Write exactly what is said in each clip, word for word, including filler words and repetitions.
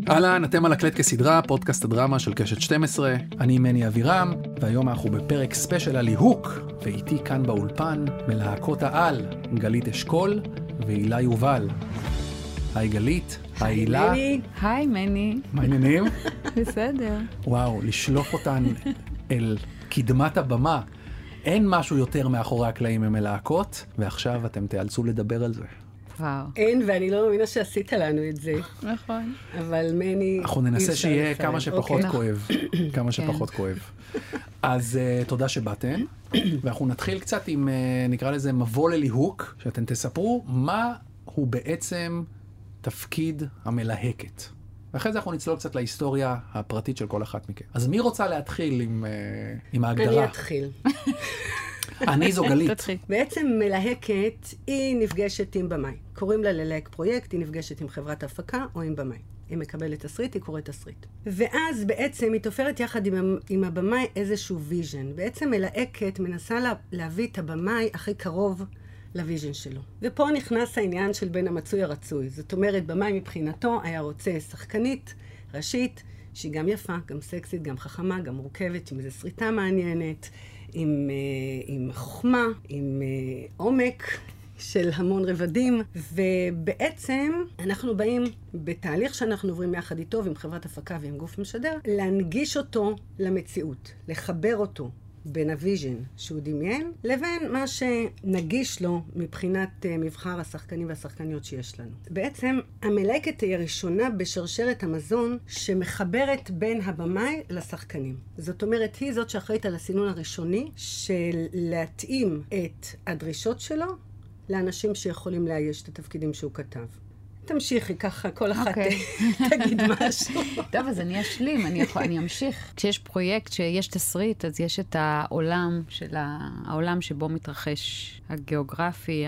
אהלן, אתם על הקלט כסדרה, פודקאסט הדרמה של קשת שתים עשרה. אני מני אבירם, והיום אנחנו בפרק ספיישל על ליהוק, ואיתי כאן באולפן מלהקות העל, גלית אשכול והילה יובל. היי גלית, היי הילה. היי מני. מה העניינים? בסדר. וואו, לשלוף אותן אל קדמת הבמה. אין משהו יותר מאחורי הקלעים ממלהקות, ועכשיו אתם תיאלצו לדבר על זה. וואו. אין, ואני לא מאמינה שעשית לנו את זה. נכון. אבל מני... אנחנו ננסה שיהיה כמה שפחות כואב. כמה שפחות כואב. אז תודה שבאתם, ואנחנו נתחיל קצת עם, נקרא לזה, מבוא לליהוק, שאתם תספרו מה הוא בעצם תפקיד המלהקת. ואחרי זה אנחנו נצלול קצת להיסטוריה הפרטית של כל אחת מכם. אז מי רוצה להתחיל עם, עם ההגדרה? אני אתחיל. אני זו גלית. בעצם מלהקת היא נפגשת עם במאי. קוראים לה ללהק פרויקט, היא נפגשת עם חברת הפקה או עם במאי. היא מקבלת תסריט, היא קוראת תסריט. ואז בעצם היא תופרת יחד עם, עם הבמאי איזשהו ויז'ן. בעצם מלהקת מנסה לה, להביא את הבמאי הכי קרוב לוויז'ן שלו. ופה נכנס העניין של בין המצוי הרצוי. זאת אומרת, במאי מבחינתו היה רוצה שחקנית ראשית, שהיא גם יפה, גם סקסית, גם חכמה, גם מורכבת, עם איזו שריטה מעניינת, עם, עם חוכמה, עם עומק של המון רבדים. ובעצם אנחנו באים בתהליך שאנחנו עוברים יחד איתו ועם חברת הפקה ועם גוף משדר, להנגיש אותו למציאות, לחבר אותו בין הוויז'ן שהוא דמיין, לבין מה שנגיש לו מבחינת uh, מבחר השחקנים והשחקניות שיש לנו. בעצם המלהקת היא הראשונה בשרשרת המזון שמחברת בין הבמאי לשחקנים. זאת אומרת, היא זאת שאחראית על הסינון הראשוני של להתאים את הדרישות שלו לאנשים שיכולים לאייש את התפקידים שהוא כתב. תמשיכי ככה, כל אחת תגיד משהו. טוב, אז אני אשלים, אני, יכול, אני אמשיך. כשיש פרויקט שיש תסריט, אז יש את העולם של העולם שבו מתרחש הגיאוגרפי,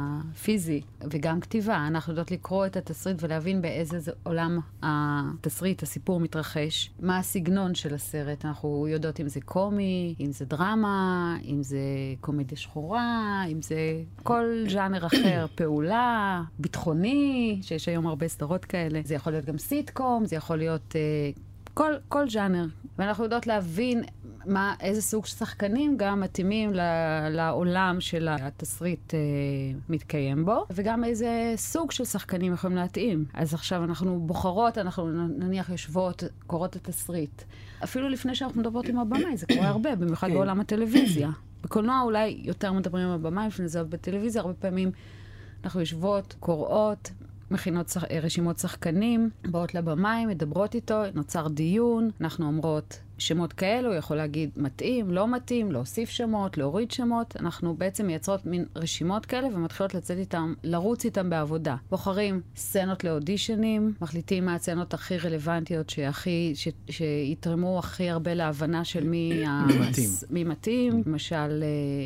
הפיזי, וגם כתיבה. אנחנו יודעות לקרוא את התסריט ולהבין באיזה עולם התסריט, הסיפור מתרחש. מה הסגנון של הסרט? אנחנו יודעות אם זה קומי, אם זה דרמה, אם זה קומדיה שחורה, אם זה כל ז'אנר אחר, פעולה, ביטחוני, שיש היום הרבה סדרות כאלה. זה יכול להיות גם סיטקום, זה יכול להיות אה, כל, כל ז'אנר. ואנחנו יודעות להבין מה, איזה סוג של שחקנים גם מתאימים ל, לעולם של התסריט אה, מתקיים בו, וגם איזה סוג של שחקנים יכולים להתאים. אז עכשיו אנחנו בוחרות, אנחנו נניח יושבות, קוראות את התסריט. אפילו לפני שאנחנו מדברות עם הבמאי, זה קורה הרבה, במיוחד בעולם הטלוויזיה. בקולנוע אולי יותר מדברים עם הבמאי, לפני זה בטלוויזיה, הרבה פעמים אנחנו יושבות, קוראות, מכינות רשימות שחקנים, באות לבמאי, מדברות איתו, נוצר דיון, אנחנו אומרות שמות כאלו, הוא יכול להגיד מתאים, לא מתאים, להוסיף שמות, להוריד שמות. אנחנו בעצם מייצרות מין רשימות כאלה ומתחילות לצאת איתם, לרוץ איתם בעבודה. בוחרים סצנות לאודישנים, מחליטים מה הסצנות הכי רלוונטיות שהכי, ש, שיתרמו הכי הרבה להבנה של מי, מתאים. מי מתאים. למשל,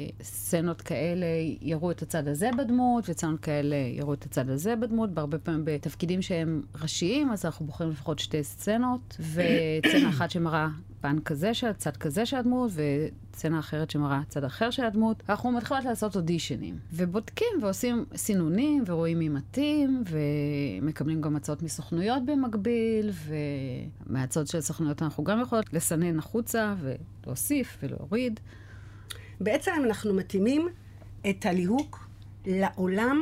סצנות כאלה יראו את הצד הזה בדמות, וסצנות כאלה יראו את הצד הזה בדמות. בהרבה פעמים בתפקידים שהם ראשיים, אז אנחנו בוחרים לפחות שתי סצנות, וסצנה אחת שמראה פן כזה של, צד כזה של הדמות, וסצנה אחרת שמראה צד אחר של הדמות. אנחנו מתחילות לעשות אודישנים, ובודקים ועושים סינונים, ורואים מי מתאים, ומקבלים גם הצעות מסוכנויות במקביל, ומהצעות של סוכנויות אנחנו גם יכולות לסנן החוצה, ולהוסיף ולהוריד. בעצם אנחנו מתאימים את הליהוק לעולם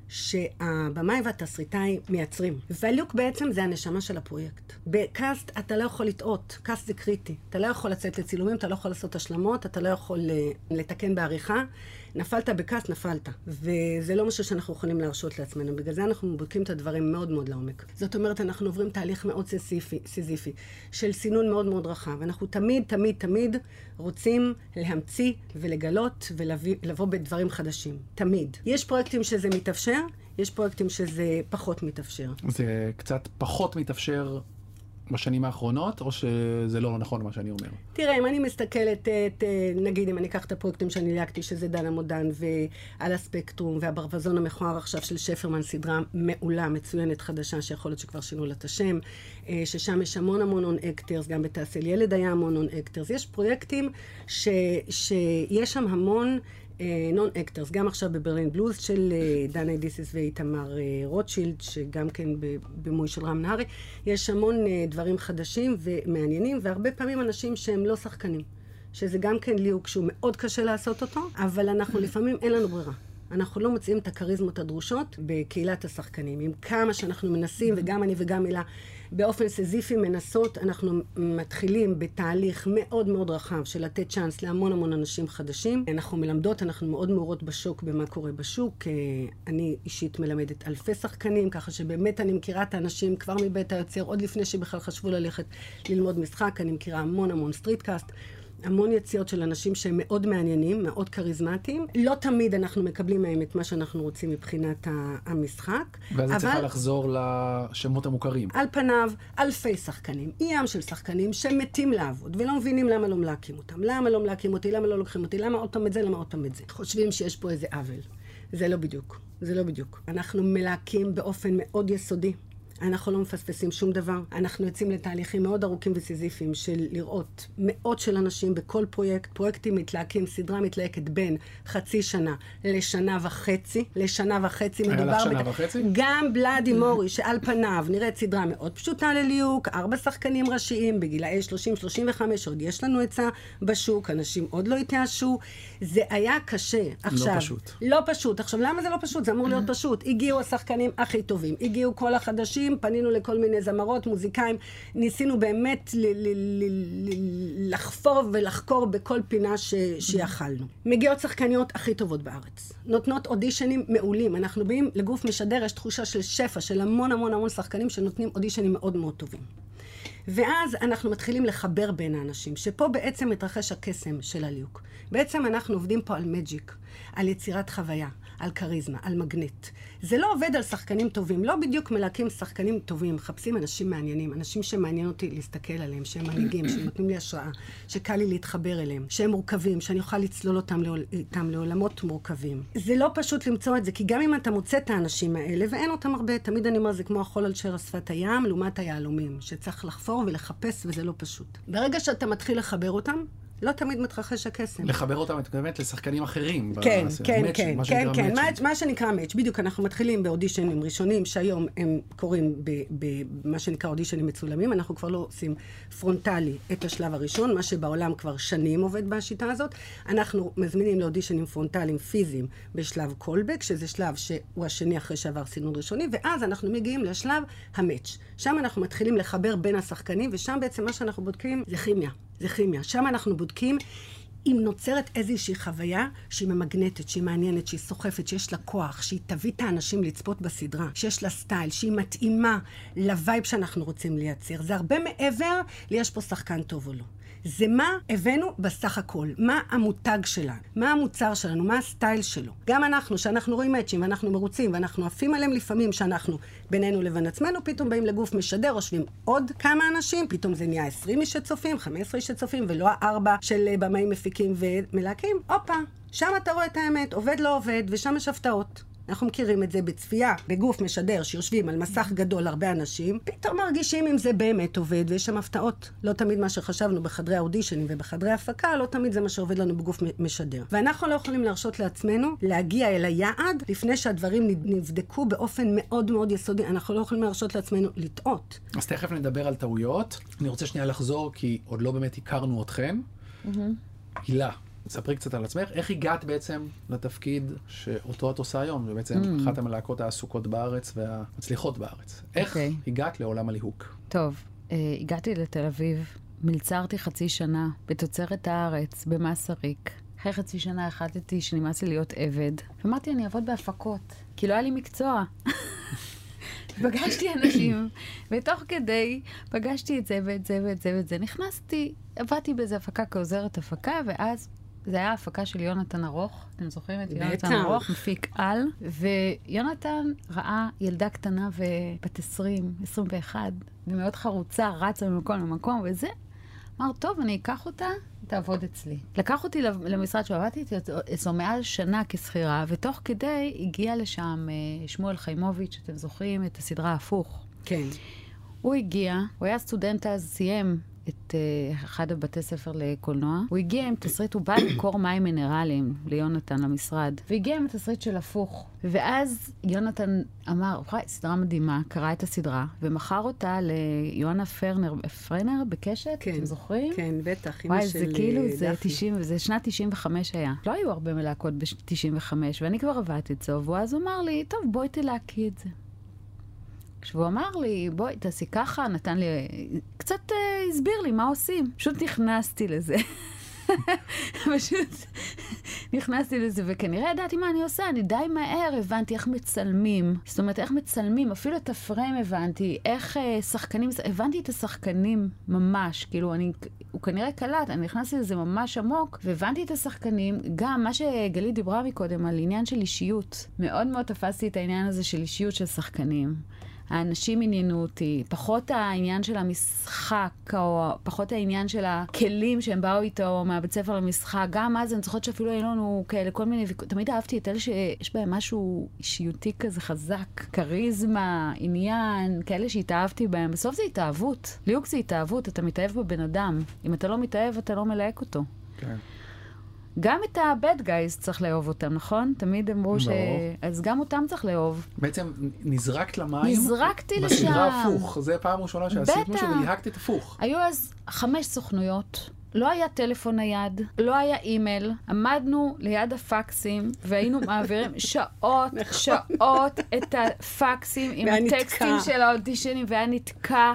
שהבמאי והתסריטאי מייצרים. והליהוק בעצם זה הנשמה של הפרויקט. בקאסט אתה לא יכול לטעות, קאסט זה קריטי. אתה לא יכול לצאת לצילומים, אתה לא יכול לעשות השלמות, אתה לא יכול לתקן בעריכה. נפלת בקאסט, נפלת. וזה לא משהו שאנחנו יכולים להרשות לעצמנו. בגלל זה אנחנו בודקים את הדברים מאוד מאוד לעומק. זאת אומרת, אנחנו עוברים תהליך מאוד סיזיפי, סיזיפי של סינון מאוד מאוד רחב. אנחנו תמיד, תמיד, תמיד רוצים להמציא ולגלות ולבוא בדברים חדשים. תמיד. יש פרויקטים שזה מתאפשר, יש פרויקטים שזה פחות מתאפשר. זה קצת פחות מתאפשר בשנים האחרונות, או שזה לא נכון מה שאני אומר? תראה, אם אני מסתכלת, את, נגיד, אם אני אקח את הפרויקטים שאני ליהקתי, שזה דנה מודן ועל הספקטרום, והברווזון המכוער עכשיו של שפרמן, סדרה מעולה, מצוינת חדשה, שיכול להיות שכבר שינו לה את השם, ששם יש המון המון און אקטרס, גם בתעשיל ילד היה המון און אקטרס. יש פרויקטים ש, שיש שם המון נון אקטרס, גם עכשיו בברלין בלוז של דנה דיסיס ואיתמר רוטשילד, שגם כן במוי של רם נהרי. יש המון דברים חדשים ומעניינים, והרבה פעמים אנשים שהם לא שחקנים, שזה גם כן ליהוק שהוא מאוד קשה לעשות אותו, אבל אנחנו לפעמים אין לנו ברירה. אנחנו לא מוצאים את הקריזמות הדרושות בקהילת השחקנים. עם כמה שאנחנו מנסים, וגם אני וגם מילה, באופן סזיפי מנסות, אנחנו מתחילים בתהליך מאוד מאוד רחב של לתת צ'אנס להמון המון אנשים חדשים. אנחנו מלמדות, אנחנו מאוד מאורות בשוק במה קורה בשוק. אני אישית מלמדת אלפי שחקנים, ככה שבאמת אני מכירה את האנשים כבר מבית היוצר, עוד לפני שבכלל חשבו ללכת ללמוד משחק. אני מכירה המון המון סטריטקאסט. המון יציאות של אנשים שהם מאוד מעניינים, מאוד קריזמטיים. לא תמיד אנחנו מקבלים מהם את מה שאנחנו רוצים מבחינת המשחק. ואז אבל... צריכה לחזור לשמות המוכרים. על פניו, אלפי שחקנים, ים של שחקנים שמתים לעבוד, ולא מבינים למה לא מלהקים אותם. למה לא מלהקים אותי, למה לא לוקחים אותי, למה עוד פעם את זה, למה עוד פעם את זה. חושבים שיש פה איזה עוול. זה לא בדיוק. זה לא בדיוק. אנחנו מלהקים באופן מאוד יסודי. אנחנו לא מפספסים שום דבר. אנחנו יוצאים לתהליכים מאוד ארוכים וסיזיפיים של לראות מאות של אנשים בכל פרויקט. פרויקטים מתלהקים, סדרה מתלהקת בין חצי שנה לשנה וחצי. לשנה וחצי. היה לך שנה בת... וחצי? גם בלאדי מורי, שעל פניו נראית סדרה מאוד פשוטה לליהוק, ארבע שחקנים ראשיים בגילאי שלושים שלושים וחמש, עוד יש לנו עצה בשוק, אנשים עוד לא התייאשו. זה היה קשה. עכשיו, לא פשוט. לא פשוט. עכשיו, למה זה לא פשוט? זה אמור להיות פשוט. הגיעו השחקנים הכי טובים. הגיעו כל החדשים, פנינו לכל מיני זמרות, מוזיקאים, ניסינו באמת ל- ל- ל- לחפור ולחקור בכל פינה ש- שיכלנו. מגיעות שחקניות הכי טובות בארץ. נותנות אודישנים מעולים. אנחנו באים לגוף משדר, יש תחושה של שפע, של המון המון המון שחקנים שנותנים אודישנים מאוד מאוד טובים. ואז אנחנו מתחילים לחבר בין האנשים, שפה בעצם מתרחש הקסם של הליהוק. בעצם אנחנו עובדים פה על מג'יק, על יצירת חוויה, על קריזמה, על מגנט. זה לא עובד על שחקנים טובים, לא בדיוק מלהקים שחקנים טובים, מחפשים אנשים מעניינים, אנשים שמעניין אותי להסתכל עליהם, שהם מנהיגים, שנותנים לי השראה, שקל לי להתחבר אליהם, שהם מורכבים, שאני אוכל לצלול אותם לעול, איתם לעולמות מורכבים. זה לא פשוט למצוא את זה, כי גם אם אתה מוצא את האנשים האלה, ואין אותם הרבה, תמיד אני אומר, זה כמו החול על שרש שפת הים, לעומת היהלומים, שצריך לחפור ולחפש, וזה לא פשוט. ברגע שאתה מתחיל לחבר אותם, לא תמיד מתרחש הקסם. לחבר אותם, את מתכוונת, לשחקנים אחרים. כן, כן, כן, כן, כן, מאץ'. מה שנקרא מאץ'. בדיוק, אנחנו מתחילים באודישנים ראשונים, שהיום הם קוראים במה שנקרא אודישנים מצולמים, אנחנו כבר לא עושים פרונטלי את השלב הראשון, מה שבעולם כבר שנים עובד בשיטה הזאת. אנחנו מזמינים לאודישנים פרונטליים פיזיים בשלב קולבק, שזה שלב שהוא השני אחרי שעבר סינון ראשוני, ואז אנחנו מגיעים לשלב המאץ'. שם אנחנו מתחילים לחבר בין השחקנים, ושם בעצם מה שאנחנו בודקים זה כימיה. זה כימיה. שם אנחנו בודקים אם נוצרת איזושהי חוויה שהיא ממגנטת, שהיא מעניינת, שהיא סוחפת, שיש לה כוח, שהיא תביא את האנשים לצפות בסדרה, שיש לה סטייל, שהיא מתאימה לווייב שאנחנו רוצים לייצר. זה הרבה מעבר ליש פה שחקן טוב או לא. זה מה הבאנו בסך הכל, מה המותג שלנו, מה המוצר שלנו, מה הסטייל שלו. גם אנחנו, שאנחנו רואים מאצ'ים ואנחנו מרוצים ואנחנו עפים עליהם לפעמים שאנחנו בינינו לבין עצמנו, פתאום באים לגוף משדר, רושבים עוד כמה אנשים, פתאום זה נהיה עשרים איש שצופים, חמש עשרה איש שצופים, ולא הארבע של במאים מפיקים ומלהקים. הופה, שם אתה רואה את האמת, עובד לא עובד, ושם יש הפתעות. אנחנו מכירים את זה בצפייה, בגוף משדר שיושבים על מסך גדול הרבה אנשים, פתאום מרגישים אם זה באמת עובד, ויש שם הפתעות. לא תמיד מה שחשבנו בחדרי האודישנים ובחדרי הפקה, לא תמיד זה מה שעובד לנו בגוף משדר. ואנחנו לא יכולים להרשות לעצמנו להגיע אל היעד לפני שהדברים נבדקו באופן מאוד מאוד יסודי. אנחנו לא יכולים להרשות לעצמנו לטעות. אז תכף נדבר על טעויות. אני רוצה שנייה לחזור, כי עוד לא באמת הכרנו אתכם. הילה. תספרי קצת על עצמך, איך הגעת בעצם לתפקיד שאותו את עושה היום, ובעצם mm. אחת המלהקות העסוקות בארץ והמצליחות בארץ. איך okay. הגעת לעולם הליהוק? טוב, uh, הגעתי לתל אביב, מלצרתי חצי שנה בתוצרת הארץ, במסריק. אחרי חצי שנה החלטתי שנמאס לי להיות עבד. אמרתי, אני אעבוד בהפקות, כי לא היה לי מקצוע. פגשתי אנשים, ותוך כדי פגשתי את זה ואת זה ואת זה ואת זה. נכנסתי, עבדתי באיזה הפקה כעוזרת הפקה, ואז זה היה ההפקה של יונתן ארוך. אתם זוכרים את יונתן ארוך? מפיק על. ויונתן ראה ילדה קטנה ובת עשרים, עשרים ואחת, ומאוד חרוצה, רצה ממקום למקום, וזה. אמר, טוב, אני אקח אותה, תעבוד אצלי. לקח אותי למשרד שעבדתי אצלו מעל שנה כסחירה, ותוך כדי הגיע לשם שמואל חיימוביץ', אתם זוכרים את הסדרה הפוך. כן. הוא הגיע, הוא היה סטודנט אז, סיים את uh, אחד הבתי ספר לקולנוע. הוא הגיע עם תסריט, הוא בא לקור מים מינרליים ליונתן למשרד, והגיע עם תסריט של הפוך. ואז יונתן אמר, וואי, סדרה מדהימה, קרא את הסדרה, ומכר אותה ליואנה פרנר, פרנר בקשת, כן, אתם זוכרים? כן, בטח, וואי, זה כאילו, זה תשעים, זה שנת תשעים וחמש היה. לא היו הרבה מלהקות ב-תשעים וחמש, ואני כבר עבדתי את זה, ואז הוא אמר לי, טוב, בואי תלהקי את זה. כשהוא אמר לי, בואי, תעשי ככה, נתן לי, קצת uh, הסביר לי מה עושים. פשוט נכנסתי לזה. פשוט נכנסתי לזה, וכנראה ידעתי מה אני עושה, אני די מהר הבנתי איך מצלמים. זאת אומרת, איך מצלמים, אפילו את הפריים הבנתי, איך uh, שחקנים, הבנתי את השחקנים ממש, כאילו, אני, הוא כנראה קלט, אני נכנסתי לזה ממש עמוק, והבנתי את השחקנים, גם מה שגלי דיברה מקודם, על עניין של אישיות. מאוד מאוד תפסתי את העניין הזה של אישיות של שחקנים. האנשים עניינו אותי, פחות העניין של המשחק, או פחות העניין של הכלים שהם באו איתו מהבית ספר למשחק. גם אז אני זוכרת שאפילו היו לנו כאלה כל מיני, תמיד אהבתי את אלה שיש בהם משהו אישיותי כזה חזק, קריזמה, עניין, כאלה שהתאהבתי בהם. בסוף זה התאהבות. ליהוק זה התאהבות, אתה מתאהב בבן אדם. אם אתה לא מתאהב, אתה לא מלהק אותו. כן. גם את ה-bad guys צריך לאהוב אותם, נכון? תמיד אמרו ש... אז גם אותם צריך לאהוב. בעצם נזרקת למים? נזרקתי לשם. בסדרה הפוך. זה פעם ראשונה שעשית משהו וליהקת את הפוך. היו אז חמש סוכנויות. לא היה טלפון נייד, לא היה אימייל. עמדנו ליד הפקסים והיינו מעבירים שעות, שעות את הפקסים עם הטקסטים של האודישנים, והיה נתקע.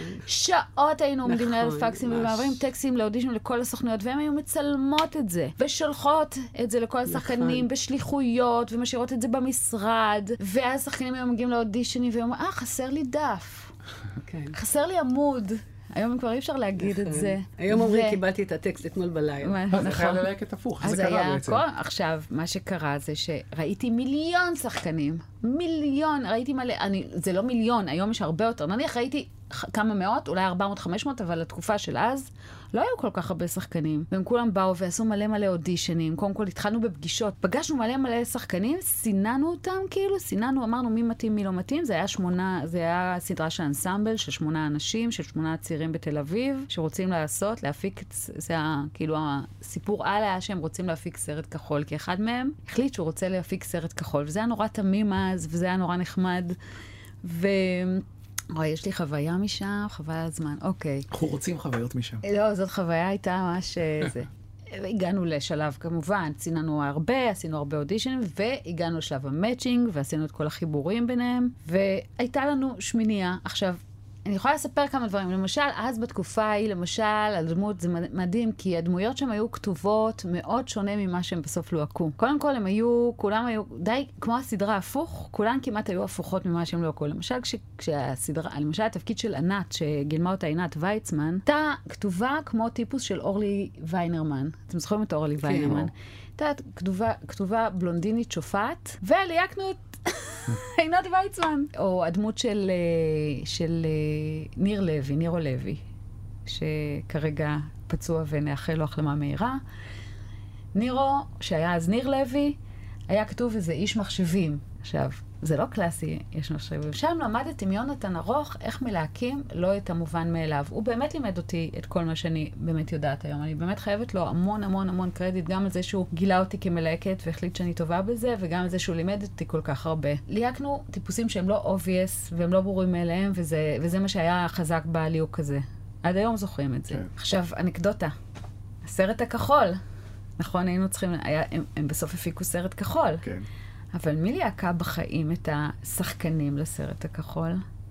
שעות היינו עומדים ליד הפקסים ומעבירים טקסטים לאודישנים לכל הסוכנויות, והם היו מצלמות את זה, ושולחות את זה לכל השחקנים בשליחויות, ומשאירות את זה במשרד, ואז השחקנים היו מגיעים לאודישנים, והם אומרים, אה, חסר לי דף. חסר לי עמוד. היום כבר אי אפשר להגיד את זה. היום אומרים, קיבלתי את הטקסט אתמול בלילה. זה חייב ללהק את הפוך, זה קרה בעצם. עכשיו, מה שקרה זה שראיתי מיליון שחקנים, מיליון, ראיתי מלא, זה לא מיליון, היום יש הרבה יותר, נניח ראיתי כמה מאות, אולי ארבע מאות חמש מאות, אבל התקופה של אז לא היו כל כך הרבה שחקנים. והם כולם באו ועשו מלא מלא אודישנים. קודם כל התחלנו בפגישות. פגשנו מלא מלא שחקנים, סיננו אותם כאילו, סיננו, אמרנו מי מתאים, מי לא מתאים. זה היה שמונה, זה היה סדרה של אנסמבל, של שמונה אנשים, של שמונה צעירים בתל אביב, שרוצים לעשות, להפיק, זה היה כאילו הסיפור על היה שהם רוצים להפיק סרט כחול, כי אחד מהם החליט שהוא רוצה להפיק סרט כחול, וזה היה נורא תמים אז, וזה היה נורא נחמד. ו... אוי, יש לי חוויה משם, חוויה זמן, אוקיי. אנחנו רוצים חוויות משם. לא, זאת חוויה הייתה ממש זה. הגענו לשלב כמובן, ציננו הרבה, עשינו הרבה אודישנים, והגענו לשלב המאצ'ינג, ועשינו את כל החיבורים ביניהם, והייתה לנו שמינייה. עכשיו, אני יכולה לספר כמה דברים. למשל, אז בתקופה ההיא, למשל, על דמות, זה מדהים, כי הדמויות שם היו כתובות מאוד שונה ממה שהם בסוף לוהקו. קודם כל, הם היו, כולם היו, די כמו הסדרה הפוך, כולן כמעט היו הפוכות ממה שהם לוהקו. למשל, כש, כשהסדרה, למשל, התפקיד של ענת, שגילמה אותה עינת ויצמן, הייתה כתובה כמו טיפוס של אורלי ויינרמן. אתם זוכרים את אורלי ויינרמן? הייתה כתובה, כתובה בלונדינית שופעת, וליהקנו את עינת ויצמן. או הדמות של, של ניר לוי, נירו לוי, שכרגע פצוע ונאחל לו החלמה מהירה. נירו, שהיה אז ניר לוי, היה כתוב איזה איש מחשבים. עכשיו, זה לא קלאסי, יש מחשבים. שם למדתי עם יונתן ארוך איך מלהקים לא את המובן מאליו. הוא באמת לימד אותי את כל מה שאני באמת יודעת היום. אני באמת חייבת לו המון המון המון קרדיט, גם על זה שהוא גילה אותי כמלהקת והחליט שאני טובה בזה, וגם על זה שהוא לימד אותי כל כך הרבה. ליהקנו טיפוסים שהם לא obvious והם לא ברורים מאליהם, וזה, וזה מה שהיה חזק בליהוק הזה. עד היום זוכרים את זה. Okay. עכשיו, אנקדוטה. הסרט הכחול. נכון, היינו צריכים, היה, הם, הם בסוף הפיקו סרט כחול. כן. Okay. אבל מי ליהקה בחיים את השחקנים לסרט הכחול?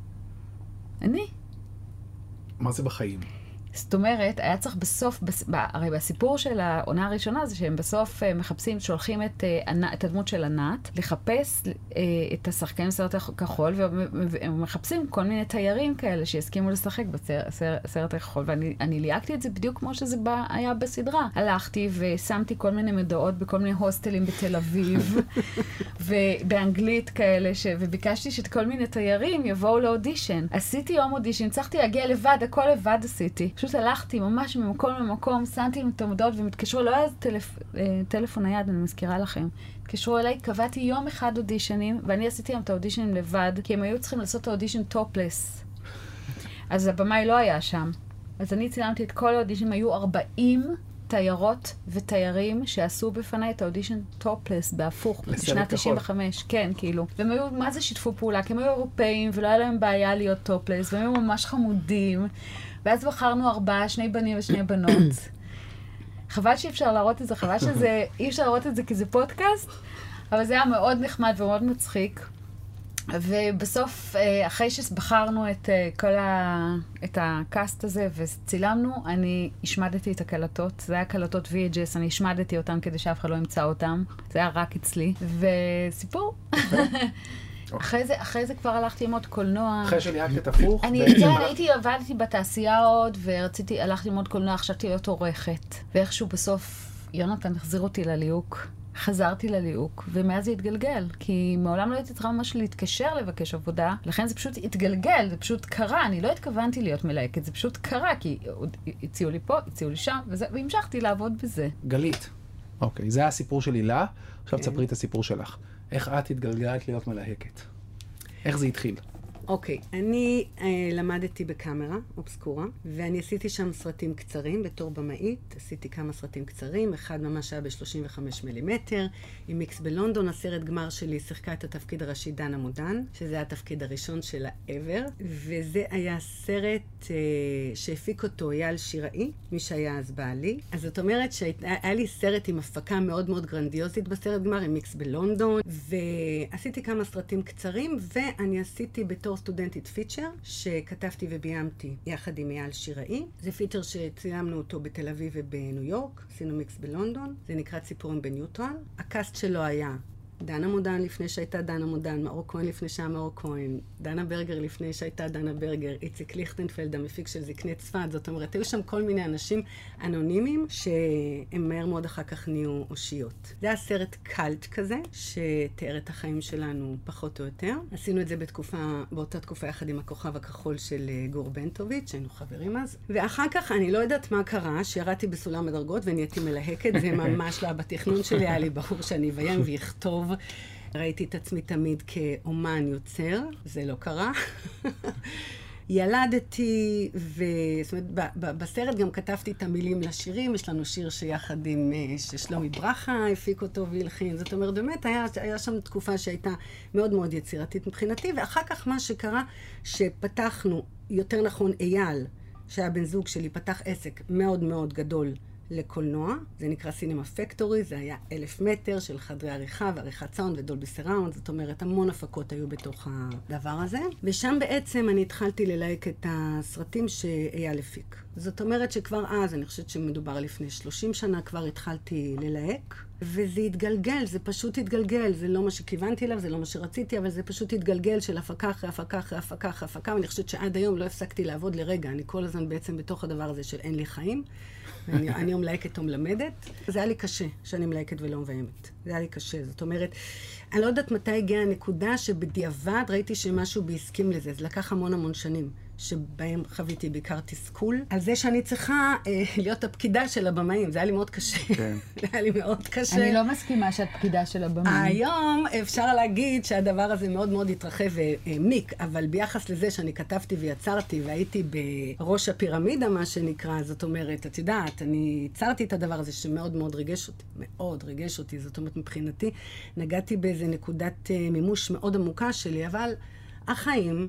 אני. מה זה בחיים? זאת אומרת, היה צריך בסוף, בס... הרי בסיפור של העונה הראשונה זה שהם בסוף מחפשים, שולחים את, את הדמות של ענת, לחפש את השחקנים בסרט הכחול, והם מחפשים כל מיני תיירים כאלה שיסכימו לשחק בסרט הכחול, ואני ליהקתי את זה בדיוק כמו שזה בא, היה בסדרה. הלכתי ושמתי כל מיני מודעות בכל מיני הוסטלים בתל אביב, ובאנגלית כאלה, ש... וביקשתי שאת כל מיני תיירים יבואו לאודישן. עשיתי יום אודישן, צריכתי להגיע לבד, הכל לבד עשיתי. פשוט הלכתי ממש ממקום למקום, שמתי את המודעות ומתקשרו, לא היה טלפ... טלפון נייד, אני מזכירה לכם. התקשרו אליי, קבעתי יום אחד אודישנים, ואני עשיתי להם את האודישנים לבד, כי הם היו צריכים לעשות את האודישן טופלס. אז הבמאי לא היה שם. אז אני צילמתי את כל האודישנים, היו ארבעים תיירות ותיירים שעשו בפני את האודישן טופלס בהפוך, בשנת תשעים וחמש, כן, כאילו. והם היו, מה זה שיתפו פעולה? כי הם היו אירופאים ולא היה להם בעיה להיות טופלס, והם היו ממש חמודים. ואז בחרנו ארבעה, שני בנים ושני בנות. חבל שאי אפשר להראות את זה, חבל שזה, אי אפשר להראות את זה כי זה פודקאסט, אבל זה היה מאוד נחמד ומאוד מצחיק. ובסוף, אחרי שבחרנו את כל ה... את הקאסט הזה וצילמנו, אני השמדתי את הקלטות. זה היה קלטות וי אייץ' אס, אני השמדתי אותם כדי שאף אחד לא ימצא אותם. זה היה רק אצלי. וסיפור. אחרי זה, אחרי זה כבר הלכתי ללמוד קולנוע. אחרי שליהקת את הפוך? אני הייתי, עבדתי בתעשייה עוד, ורציתי, הלכתי ללמוד קולנוע, חשבתי להיות עורכת. ואיכשהו בסוף, יונתן החזיר אותי לליהוק. חזרתי לליהוק, ומאז זה התגלגל, כי מעולם לא הייתי צריכה ממש להתקשר לבקש עבודה, לכן זה פשוט התגלגל, זה פשוט קרה, אני לא התכוונתי להיות מלהקת, זה פשוט קרה, כי הציעו לי פה, הציעו לי שם, וזה, והמשכתי לעבוד בזה. גלית, אוקיי, זה הסיפור של הילה, עכשיו תספרי את הסיפור שלך. איך את התגלגלת להיות מלהקת? איך זה התחיל? אוקיי, okay, אני uh, למדתי בקאמרה, אובסקורה, ואני עשיתי שם סרטים קצרים בתור במאית. עשיתי כמה סרטים קצרים, אחד ממש היה ב-שלושים וחמישה מילימטר, עם מיקס בלונדון. הסרט גמר שלי שיחקה את התפקיד הראשי דנה מודן, שזה היה התפקיד הראשון שלה ever, וזה היה סרט uh, שהפיק אותו אייל שיראי, מי שהיה אז בעלי. אז זאת אומרת שהיה לי סרט עם הפקה מאוד מאוד גרנדיוזית בסרט גמר, עם מיקס בלונדון, ועשיתי כמה סרטים קצרים, ואני עשיתי בתור סטודנטית פיצ'ר, שכתבתי וביימתי יחד עם אייל שיראי. זה פיצ'ר שציימנו אותו בתל אביב ובניו יורק, עשינו מיקס בלונדון, זה נקרא ציפורים בניוטרל. הקאסט שלו היה דנה מודן לפני שהייתה דנה מודן, מאור כהן לפני שהיה מאור כהן, דנה ברגר לפני שהייתה דנה ברגר, איציק ליכטנפלד, המפיק של זקני צפת. זאת אומרת, היו שם כל מיני אנשים אנונימיים שהם מהר מאוד אחר כך נהיו אושיות. זה היה סרט קלט כזה, שתיאר את החיים שלנו פחות או יותר. עשינו את זה בתקופה, באותה תקופה יחד עם הכוכב הכחול של גור בנטוביץ', שהיינו חברים אז. ואחר כך, אני לא יודעת מה קרה, שירדתי בסולם הדרגות ונהייתי מלהקת, זה ממש לא בתכנון שלי, היה לי ברור שאני אביים ויכתוב. ראיתי את עצמי תמיד כאומן יוצר, זה לא קרה. ילדתי, ו... זאת אומרת, ב- ב- בסרט גם כתבתי את המילים לשירים, יש לנו שיר שיחד עם ששלומי ברכה הפיק אותו והלחין. זאת אומרת, באמת היה, היה שם תקופה שהייתה מאוד מאוד יצירתית מבחינתי, ואחר כך מה שקרה, שפתחנו, יותר נכון אייל, שהיה בן זוג שלי, פתח עסק מאוד מאוד גדול, לקולנוע, זה נקרא סינמה פקטורי, זה היה אלף מטר של חדרי עריכה ועריכת סאונד ודולבי סראונד, זאת אומרת, המון הפקות היו בתוך הדבר הזה. ושם בעצם אני התחלתי ללהק את הסרטים שאייל הפיק. זאת אומרת שכבר אז, אני חושבת שמדובר לפני שלושים שנה, כבר התחלתי ללהק, וזה התגלגל, זה פשוט התגלגל, זה לא מה שכיוונתי אליו, זה לא מה שרציתי, אבל זה פשוט התגלגל של הפקה אחרי הפקה אחרי הפקה אחרי הפקה, ואני חושבת שעד היום לא הפסקתי לעבוד לרגע, אני כל הזמן בעצם בתוך הדבר הזה של אין לי חיים, ואני אני מלהקת או מלמדת. זה היה לי קשה שאני מלהקת ולא מביימת. זה היה לי קשה, זאת אומרת, אני לא יודעת מתי הגיעה הנקודה שבדיעבד ראיתי שמשהו בהסכים לזה, זה לקח המון המון שנים. שבהם חוויתי בעיקר תסכול, על זה שאני צריכה אה, להיות הפקידה של הבמאים. זה היה לי מאוד קשה. כן. זה היה לי מאוד קשה. אני לא מסכימה שאת פקידה של הבמאים. היום אפשר להגיד שהדבר הזה מאוד מאוד התרחב והעמיק, אבל ביחס לזה שאני כתבתי ויצרתי, והייתי בראש הפירמידה, מה שנקרא, זאת אומרת, את יודעת, אני יצרתי את הדבר הזה שמאוד מאוד ריגש אותי, מאוד ריגש אותי, זאת אומרת, מבחינתי, נגעתי באיזה נקודת אה, מימוש מאוד עמוקה שלי, אבל החיים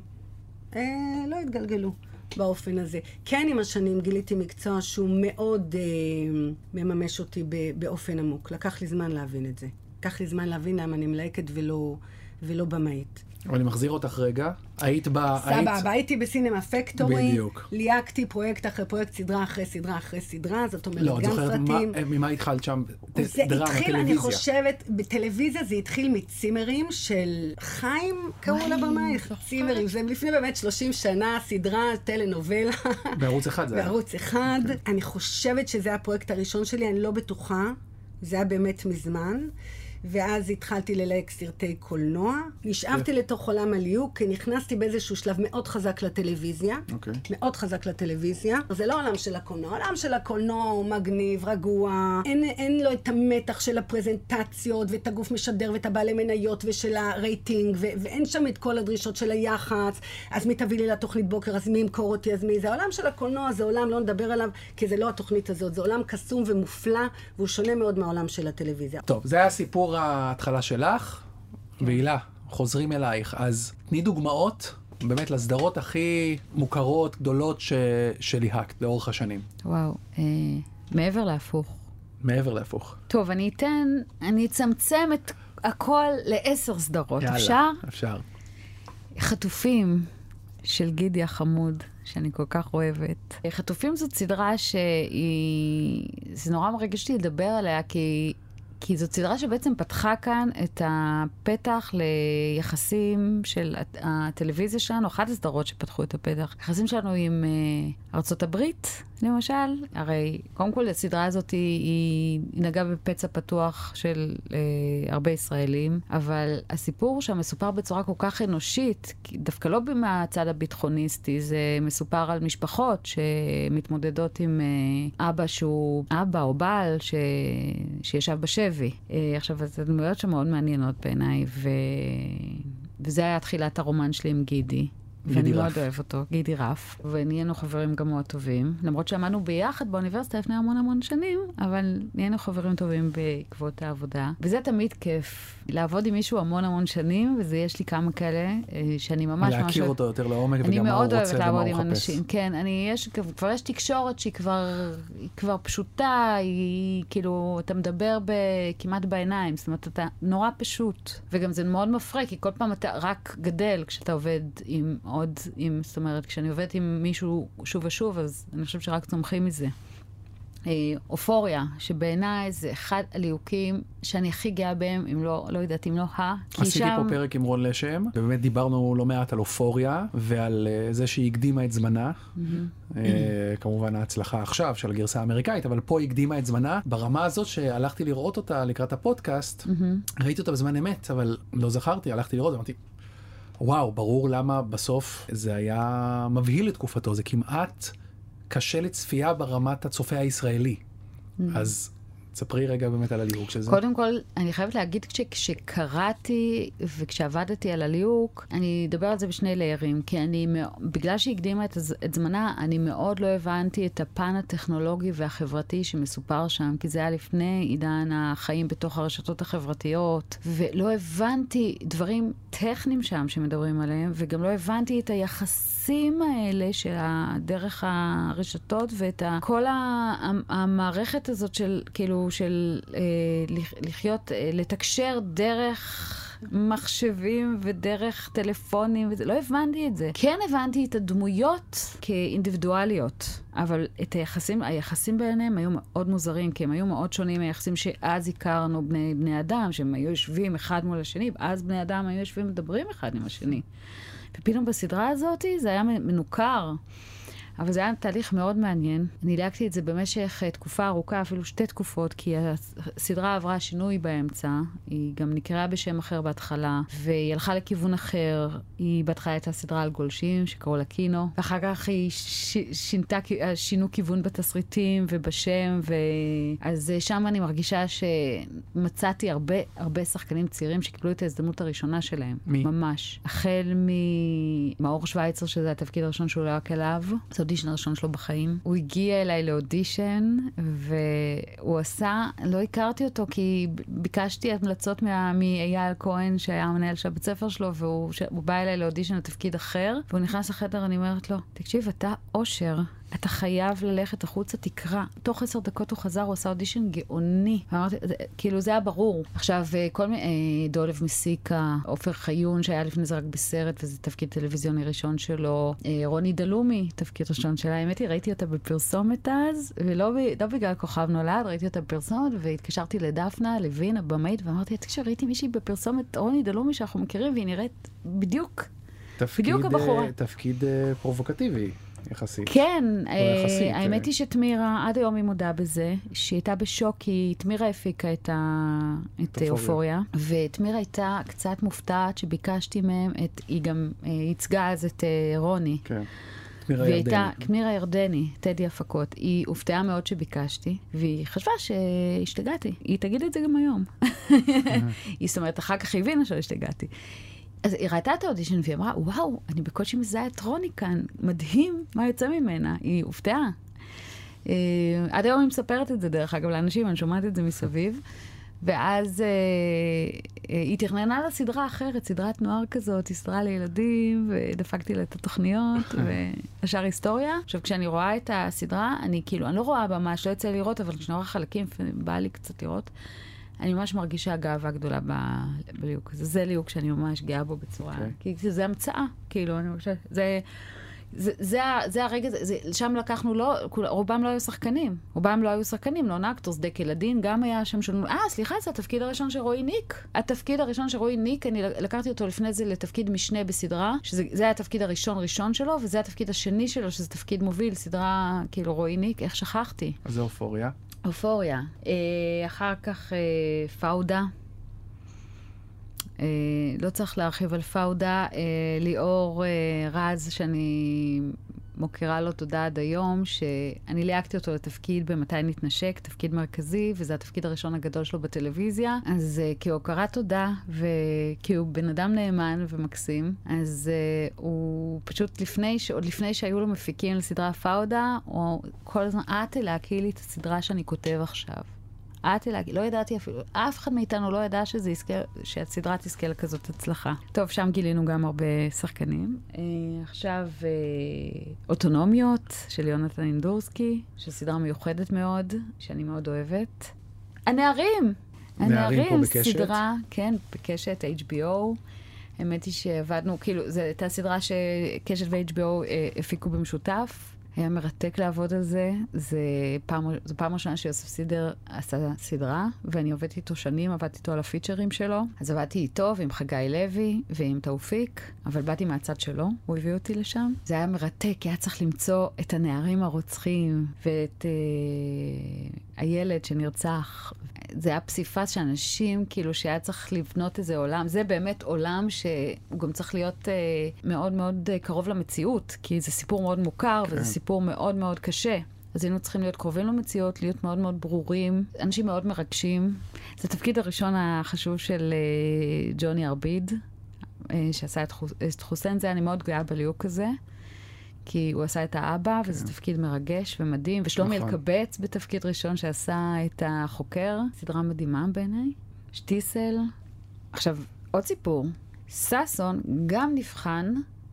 אה, לא התגלגלו באופן הזה. כן, עם השנים גיליתי מקצוע שהוא מאוד אה, מממש אותי באופן עמוק. לקח לי זמן להבין את זה. לקח לי זמן להבין למה אני מלהקת ולא, ולא במאית. אבל אני מחזיר אותך רגע. היית ב... סבבה, הייתי בסינמה פקטורי. בדיוק. ליהקתי פרויקט אחרי פרויקט, סדרה אחרי סדרה אחרי סדרה, זאת אומרת, לא, גם סרטים. לא, את זוכרת ממה התחלת שם? זה התחיל, אני חושבת, בטלוויזיה זה התחיל מצימרים של חיים, קראו לבמאי, צימרים. זה לפני באמת שלושים שנה, סדרה, טלנובלה. בערוץ אחד זה היה. בערוץ אחד. אני חושבת שזה הפרויקט הראשון שלי, אני לא בטוחה. זה היה באמת מזמן. ואז התחלתי ללהק סרטי קולנוע. נשאבתי לתוך עולם הליהוק, כי נכנסתי באיזשהו שלב מאוד חזק לטלוויזיה. אוקיי. מאוד חזק לטלוויזיה. זה לא עולם של הקולנוע. העולם של הקולנוע הוא מגניב, רגוע. אין, אין לו את המתח של הפרזנטציות, ואת הגוף משדר, ואת הבעלי מניות, ושל הרייטינג, ו- ואין שם את כל הדרישות של היח"צ. אז מי תביא לי לתוכנית בוקר, אז מי ימכור אותי, אז מי? זה העולם של הקולנוע, זה עולם, לא נדבר עליו, כי זה לא התוכנית הזאת. זה עולם קסום ומופלא, והוא שונה מאוד מהעולם של הטלוויזיה. טוב, זה היה סיפור ההתחלה שלך, והילה, חוזרים אלייך. אז תני דוגמאות, באמת, לסדרות הכי מוכרות, גדולות, ש... שליהקת לאורך השנים. וואו, אה, מעבר להפוך. מעבר להפוך. טוב, אני אתן, אני אצמצם את הכל לעשר סדרות. יאללה, אפשר? אפשר. חטופים של גידי החמוד, שאני כל כך אוהבת. חטופים זאת סדרה שהיא... זה נורא מרגש אותי לדבר עליה, כי... כי זאת סדרה שבעצם פתחה כאן את הפתח ליחסים של הטלוויזיה שלנו, אחת הסדרות שפתחו את הפתח. יחסים שלנו עם uh, ארצות הברית, למשל. הרי, קודם כל, הסדרה הזאת היא, היא נגעה בפצע פתוח של uh, הרבה ישראלים, אבל הסיפור שם מסופר בצורה כל כך אנושית, דווקא לא מהצד הביטחוניסטי, זה מסופר על משפחות שמתמודדות עם uh, אבא שהוא אבא או בעל ש... שישב בשבי. Uh, עכשיו, זה דמויות שמאוד מעניינות בעיניי, ו... וזה היה תחילת הרומן שלי עם גידי. ואני מאוד אוהב אותו, גידי רף, ונהיינו חברים גם מאוד טובים, למרות שעמדנו ביחד באוניברסיטה לפני המון המון שנים, אבל נהיינו חברים טובים בעקבות העבודה. וזה תמיד כיף, לעבוד עם מישהו המון המון שנים, וזה יש לי כמה כאלה, שאני ממש ממש... להכיר אותו יותר לעומק, וגם מה הוא רוצה ומה הוא מחפש. אני מאוד אוהבת לעבוד עם אנשים, כן, אני, יש, כבר יש תקשורת שהיא כבר, היא כבר פשוטה, היא כאילו, אתה מדבר כמעט בעיניים, זאת אומרת, אתה נורא פשוט, וגם זה מאוד מפריע, כי כל פעם אתה רק גדל כשאתה עובד עם עוד עם, זאת אומרת, כשאני עובדת עם מישהו שוב ושוב, אז אני חושבת שרק צומחים מזה. אופוריה, שבעיניי זה אחד הליהוקים שאני הכי גאה בהם, אם לא, לא יודעת, אם לא ה... עשיתי שם... פה פרק עם רון לשם, ובאמת דיברנו לא מעט על אופוריה, ועל uh, זה שהיא הקדימה את זמנה. Mm-hmm. uh, כמובן ההצלחה עכשיו של הגרסה האמריקאית, אבל פה היא הקדימה את זמנה. ברמה הזאת שהלכתי לראות אותה לקראת הפודקאסט, mm-hmm. ראיתי אותה בזמן אמת, אבל לא זכרתי, הלכתי לראות, אמרתי, וואו, ברור למה בסוף זה היה מבהיל לתקופתו, זה כמעט קשה לצפייה ברמת הצופה הישראלי. Mm-hmm. אז תספרי רגע באמת על הליהוק של זה. קודם כל, אני חייבת להגיד שכשקראתי וכשעבדתי על הליהוק, אני אדבר על זה בשני ליירים, כי אני, בגלל שהקדימה את, את זמנה, אני מאוד לא הבנתי את הפן הטכנולוגי והחברתי שמסופר שם, כי זה היה לפני עידן החיים בתוך הרשתות החברתיות, ולא הבנתי דברים טכניים שם שמדברים עליהם, וגם לא הבנתי את היחסים האלה של דרך הרשתות, ואת כל המערכת הזאת של, כאילו, של אה, לחיות, אה, לתקשר דרך מחשבים ודרך טלפונים, וזה, לא הבנתי את זה. כן הבנתי את הדמויות כאינדיבידואליות, אבל את היחסים, היחסים ביניהם היו מאוד מוזרים, כי הם היו מאוד שונים מהיחסים שאז הכרנו בני, בני אדם, שהם היו יושבים אחד מול השני, אז בני אדם היו יושבים מדברים אחד עם השני. ופתאום בסדרה הזאת זה היה מנוכר. אבל זה היה תהליך מאוד מעניין. אני ליהקתי את זה במשך תקופה ארוכה, אפילו שתי תקופות, כי הסדרה עברה שינוי באמצע. היא גם נקראה בשם אחר בהתחלה, והיא הלכה לכיוון אחר. היא בהתחלה הייתה סדרה על גולשים, שקראו לה קינו, ואחר כך היא ש... שינתה, שינו כיוון בתסריטים ובשם, ו... אז שם אני מרגישה שמצאתי הרבה, הרבה שחקנים צעירים שקיבלו את ההזדמנות הראשונה שלהם. מי? ממש. החל ממאור שוויצר, שזה התפקיד הראשון שהוא לא אליו. זה אודישן הראשון שלו בחיים. הוא הגיע אליי לאודישן, והוא עשה, לא הכרתי אותו, כי ביקשתי המלצות מאייל כהן, שהיה המנהל של הבית ספר שלו, והוא בא אליי לאודישן לתפקיד אחר, והוא נכנס לחדר, אני אומרת לו, תקשיב, אתה אושר, אתה חייב ללכת החוצה, תקרא. תוך עשר דקות הוא חזר, הוא עשה אודישן גאוני. ואמרתי, כאילו זה היה ברור. עכשיו, כל מיני, דולב מסיקה, עופר חיון, שהיה לפני זה רק בסרט, וזה תפקיד טלוויזיוני ראשון שלו. רוני דלומי, תפקיד ראשון שלה. האמת היא, ראיתי אותה בפרסומת אז, ולא לא בגלל כוכב נולד, ראיתי אותה בפרסומת, והתקשרתי לדפנה, לוין, הבמאית, ואמרתי, תקשיב, ראיתי מישהי בפרסומת, רוני דלומי, שאנחנו מכירים, והיא נראית בדיוק, בדיוק הבחורה. תפקיד פרובוקטיבי. יחסית. כן, יחסית, האמת היא שתמירה, עד היום היא מודה בזה, שהיא הייתה בשוק, כי תמירה הפיקה את, ה... את אופוריה, ותמירה הייתה קצת מופתעת שביקשתי מהם, את... היא גם ייצגה אז את רוני. כן. תמירה ירדני. תמירה ירדני, טדי הפקות. היא הופתעה מאוד שביקשתי, והיא חשבה שהשתגעתי. היא תגיד את זה גם היום. היא זאת אומרת, אחר כך היא הבינה שהשתגעתי. אז היא ראתה את האודישן והיא אמרה, וואו, אני בקושי מזהה את רוני כאן, מדהים מה יוצא ממנה. היא הופתעה. עד היום היא מספרת את זה דרך אגב לאנשים, אני שומעת את זה מסביב. ואז אה, אה, היא תכננה לה סדרה אחרת, סדרת נוער כזאת, היא סדרה לילדים, ודפקתי לה את התוכניות, והשאר היסטוריה. עכשיו, כשאני רואה את הסדרה, אני כאילו, אני לא רואה ממש, לא יצא לראות, אבל כשאני רואה חלקים, בא לי קצת לראות, אני ממש מרגישה גאווה גדולה ב- בליוק הזה. זה ליוק שאני ממש גאה בו בצורה, okay. כי זה המצאה, כאילו, אני חושבת, זה... זה, זה, זה הרגע, זה, שם לקחנו לא, רובם לא היו שחקנים. רובם לא היו שחקנים, לא נקטורס, דק ילדין, גם היה שם שלנו, אה, סליחה, זה התפקיד הראשון שרואי ניק. התפקיד הראשון שרואי ניק, אני לקחתי אותו לפני זה לתפקיד משנה בסדרה, שזה היה התפקיד הראשון ראשון שלו, וזה התפקיד השני שלו, שזה תפקיד מוביל, סדרה, כאילו, רואי ניק, איך שכחתי? אז זה אופוריה. אופוריה. אה, אחר כך אה, פאודה. Uh, לא צריך להרחיב על פאודה, uh, ליאור uh, רז, שאני מוכירה לו תודה עד היום, שאני ליהקתי אותו לתפקיד במתי נתנשק, תפקיד מרכזי, וזה התפקיד הראשון הגדול שלו בטלוויזיה. אז uh, כהוקרת תודה, וכי הוא בן אדם נאמן ומקסים, אז uh, הוא פשוט לפני, עוד לפני שהיו לו מפיקים לסדרה פאודה, הוא כל הזמן עט להקיא לי את הסדרה שאני כותב עכשיו. עתי להגיד, לא ידעתי אפילו, אף אחד מאיתנו לא ידע שזה יזכה, שהסדרה תזכה לכזאת הצלחה. טוב, שם גילינו גם הרבה שחקנים. אה, עכשיו, אה, אוטונומיות של יונתן אינדורסקי, שסדרה מיוחדת מאוד, שאני מאוד אוהבת. הנערים! הנערים, סדרה, כן, בקשת, אייץ' בי או. האמת היא שעבדנו, כאילו, זו הייתה סדרה שקשת ו-אייץ' בי או אה, הפיקו במשותף. היה מרתק לעבוד על זה. זה פעם, זו פעם ראשונה שיוסף סידר עשה סדרה, ואני עובדתי איתו שנים, עבדתי איתו על הפיצ'רים שלו. אז עבדתי איתו ועם חגי לוי ועם תאופיק, אבל באתי מהצד שלו, הוא הביא אותי לשם. זה היה מרתק, כי היה צריך למצוא את הנערים הרוצחים, ואת אה, הילד שנרצח. זה היה פסיפס שאנשים, כאילו, שהיה צריך לבנות איזה עולם. זה באמת עולם שהוא גם צריך להיות אה, מאוד מאוד אה, קרוב למציאות, כי זה סיפור מאוד מוכר, כן. וזה סיפור מאוד מאוד קשה. אז היינו צריכים להיות קרובים למציאות, להיות מאוד מאוד ברורים. אנשים מאוד מרגשים. זה התפקיד הראשון החשוב של אה, ג'וני ארביד, אה, שעשה את, חוס, את חוסן. זה אני מאוד גאה בליוק הזה. כי הוא עשה את האבא, כן. וזה תפקיד מרגש ומדהים. ושלומי נכון. אלקבץ בתפקיד ראשון שעשה את החוקר. סדרה מדהימה בעיניי. שטיסל. עכשיו, עוד סיפור. ססון גם נבחן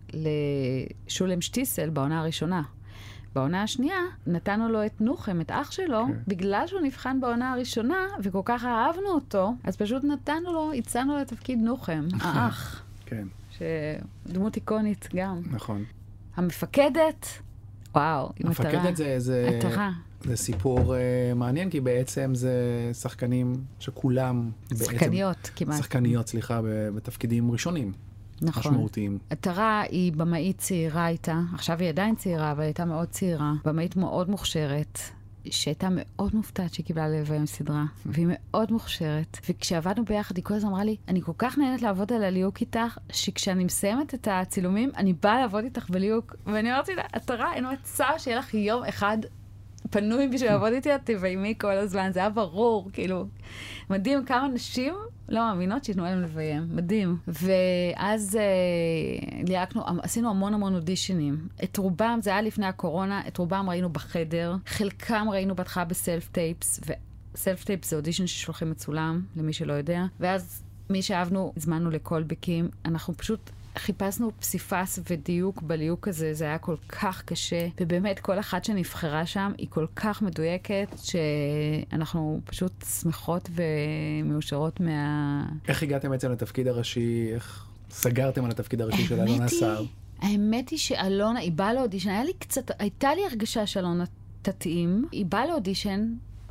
לשולם שטיסל בעונה הראשונה. בעונה השנייה נתנו לו את נוחם, את אח שלו, כן. בגלל שהוא נבחן בעונה הראשונה, וכל כך אהבנו אותו, אז פשוט נתנו לו, הצענו לו את תפקיד נוחם, האח. כן. שדמות איקונית גם. נכון. המפקדת, וואו, היא מטרה. המפקדת זה, זה, זה סיפור uh, מעניין, כי בעצם זה שחקנים שכולם... שחקניות, בעצם, כמעט. שחקניות, סליחה, בתפקידים ראשונים. נכון. משמעותיים. התרה היא במאית צעירה איתה, עכשיו היא עדיין צעירה, אבל היא הייתה מאוד צעירה, במאית מאוד מוכשרת, שהייתה מאוד מופתעת שקיבלה לביים סדרה, והיא מאוד מוכשרת. וכשעבדנו ביחד, היא כל הזמן אמרה לי, אני כל כך נהנית לעבוד על הליוק איתך, שכשאני מסיימת את הצילומים, אני באה לעבוד איתך בליוק. ואני אמרתי לה, התרה, אין מצב שיהיה לך יום אחד פנוי בשביל לעבוד איתי, את תביימי כל הזמן. זה היה ברור, כאילו. מדהים כמה נשים לא מאמינות שיתנו להם לביים. מדהים. ואז אה, ליהקנו, עשינו המון המון אודישנים. את רובם, זה היה לפני הקורונה, את רובם ראינו בחדר. חלקם ראינו בהתחלה בסלף טייפס, וסלף טייפס זה אודישן ששולחים מצולם, למי שלא יודע. ואז מי שאהבנו, הזמנו לקולבקים. אנחנו פשוט... חיפשנו פסיפס ודיוק בליוק הזה, זה היה כל כך קשה, ובאמת כל אחת שנבחרה שם היא כל כך מדויקת, שאנחנו פשוט שמחות ומאושרות מה... איך הגעתם בעצם לתפקיד הראשי, איך סגרתם על התפקיד הראשי של אלונה סער? האמת היא שאלונה, היא באה לאודישן, היה לי קצת, הייתה לי הרגשה שאלונה תתאים, היא באה לאודישן,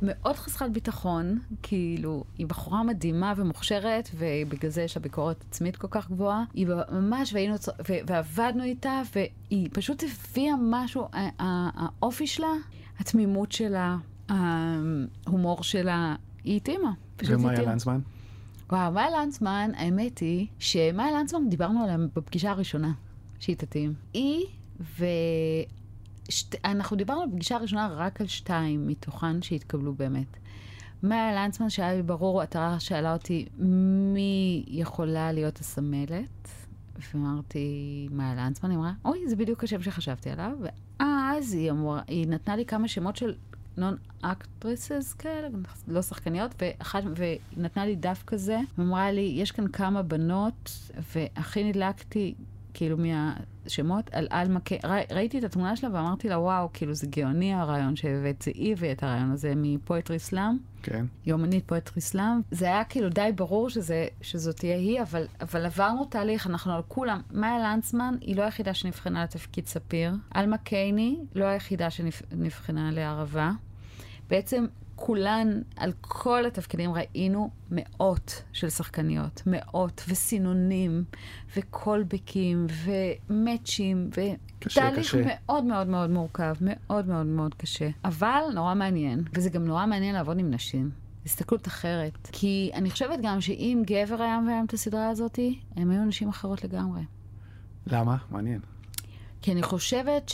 מאוד חסרת ביטחון, כאילו, היא בחורה מדהימה ומוכשרת, ובגלל זה יש לה ביקורת עצמית כל כך גבוהה. היא ממש, והיינו, ו, ועבדנו איתה, והיא פשוט הביאה משהו, האופי שלה, התמימות שלה, ההומור שלה, היא התאימה. ומאיה לנצמן? וואו, מאיה לנצמן, האמת היא, שמאיה לנצמן דיברנו עליה בפגישה הראשונה, שהיא תתאים. היא ו... שת... אנחנו דיברנו בפגישה הראשונה רק על שתיים מתוכן שהתקבלו באמת. מאיה לנצמן, שהיה לי ברור, אתה שאלה אותי מי יכולה להיות הסמלת, ואמרתי, מאיה לנצמן, היא אמרה, אוי, זה בדיוק השם שחשבתי עליו, ואז היא, אמרה, היא נתנה לי כמה שמות של נון-אקטרסס כאלה, לא שחקניות, ואחת, והיא נתנה לי דף כזה, ואמרה לי, יש כאן כמה בנות, והכי נדלקתי, כאילו מהשמות, על אלמה, ראיתי את התמונה שלה ואמרתי לה, וואו, כאילו זה גאוני הרעיון שהבאת, זה היא הביא את הרעיון הזה מפואטרי סלאם. כן. יומנית פואטרי סלאם. זה היה כאילו די ברור שזה, שזאת תהיה היא, אבל, אבל עברנו תהליך, אנחנו על כולם. מאיה לנצמן היא לא היחידה שנבחנה לתפקיד ספיר. אלמה קייני לא היחידה שנבחנה לערבה. בעצם כולן, על כל התפקידים ראינו מאות של שחקניות, מאות, וסינונים, וקולבקים, ומאצ'ים, ותהליך מאוד מאוד מאוד מורכב, מאוד מאוד מאוד קשה. אבל נורא מעניין, וזה גם נורא מעניין לעבוד עם נשים. הסתכלות אחרת. כי אני חושבת גם שאם גבר היה מביים את הסדרה הזאת, הם היו נשים אחרות לגמרי. למה? מעניין. כי אני חושבת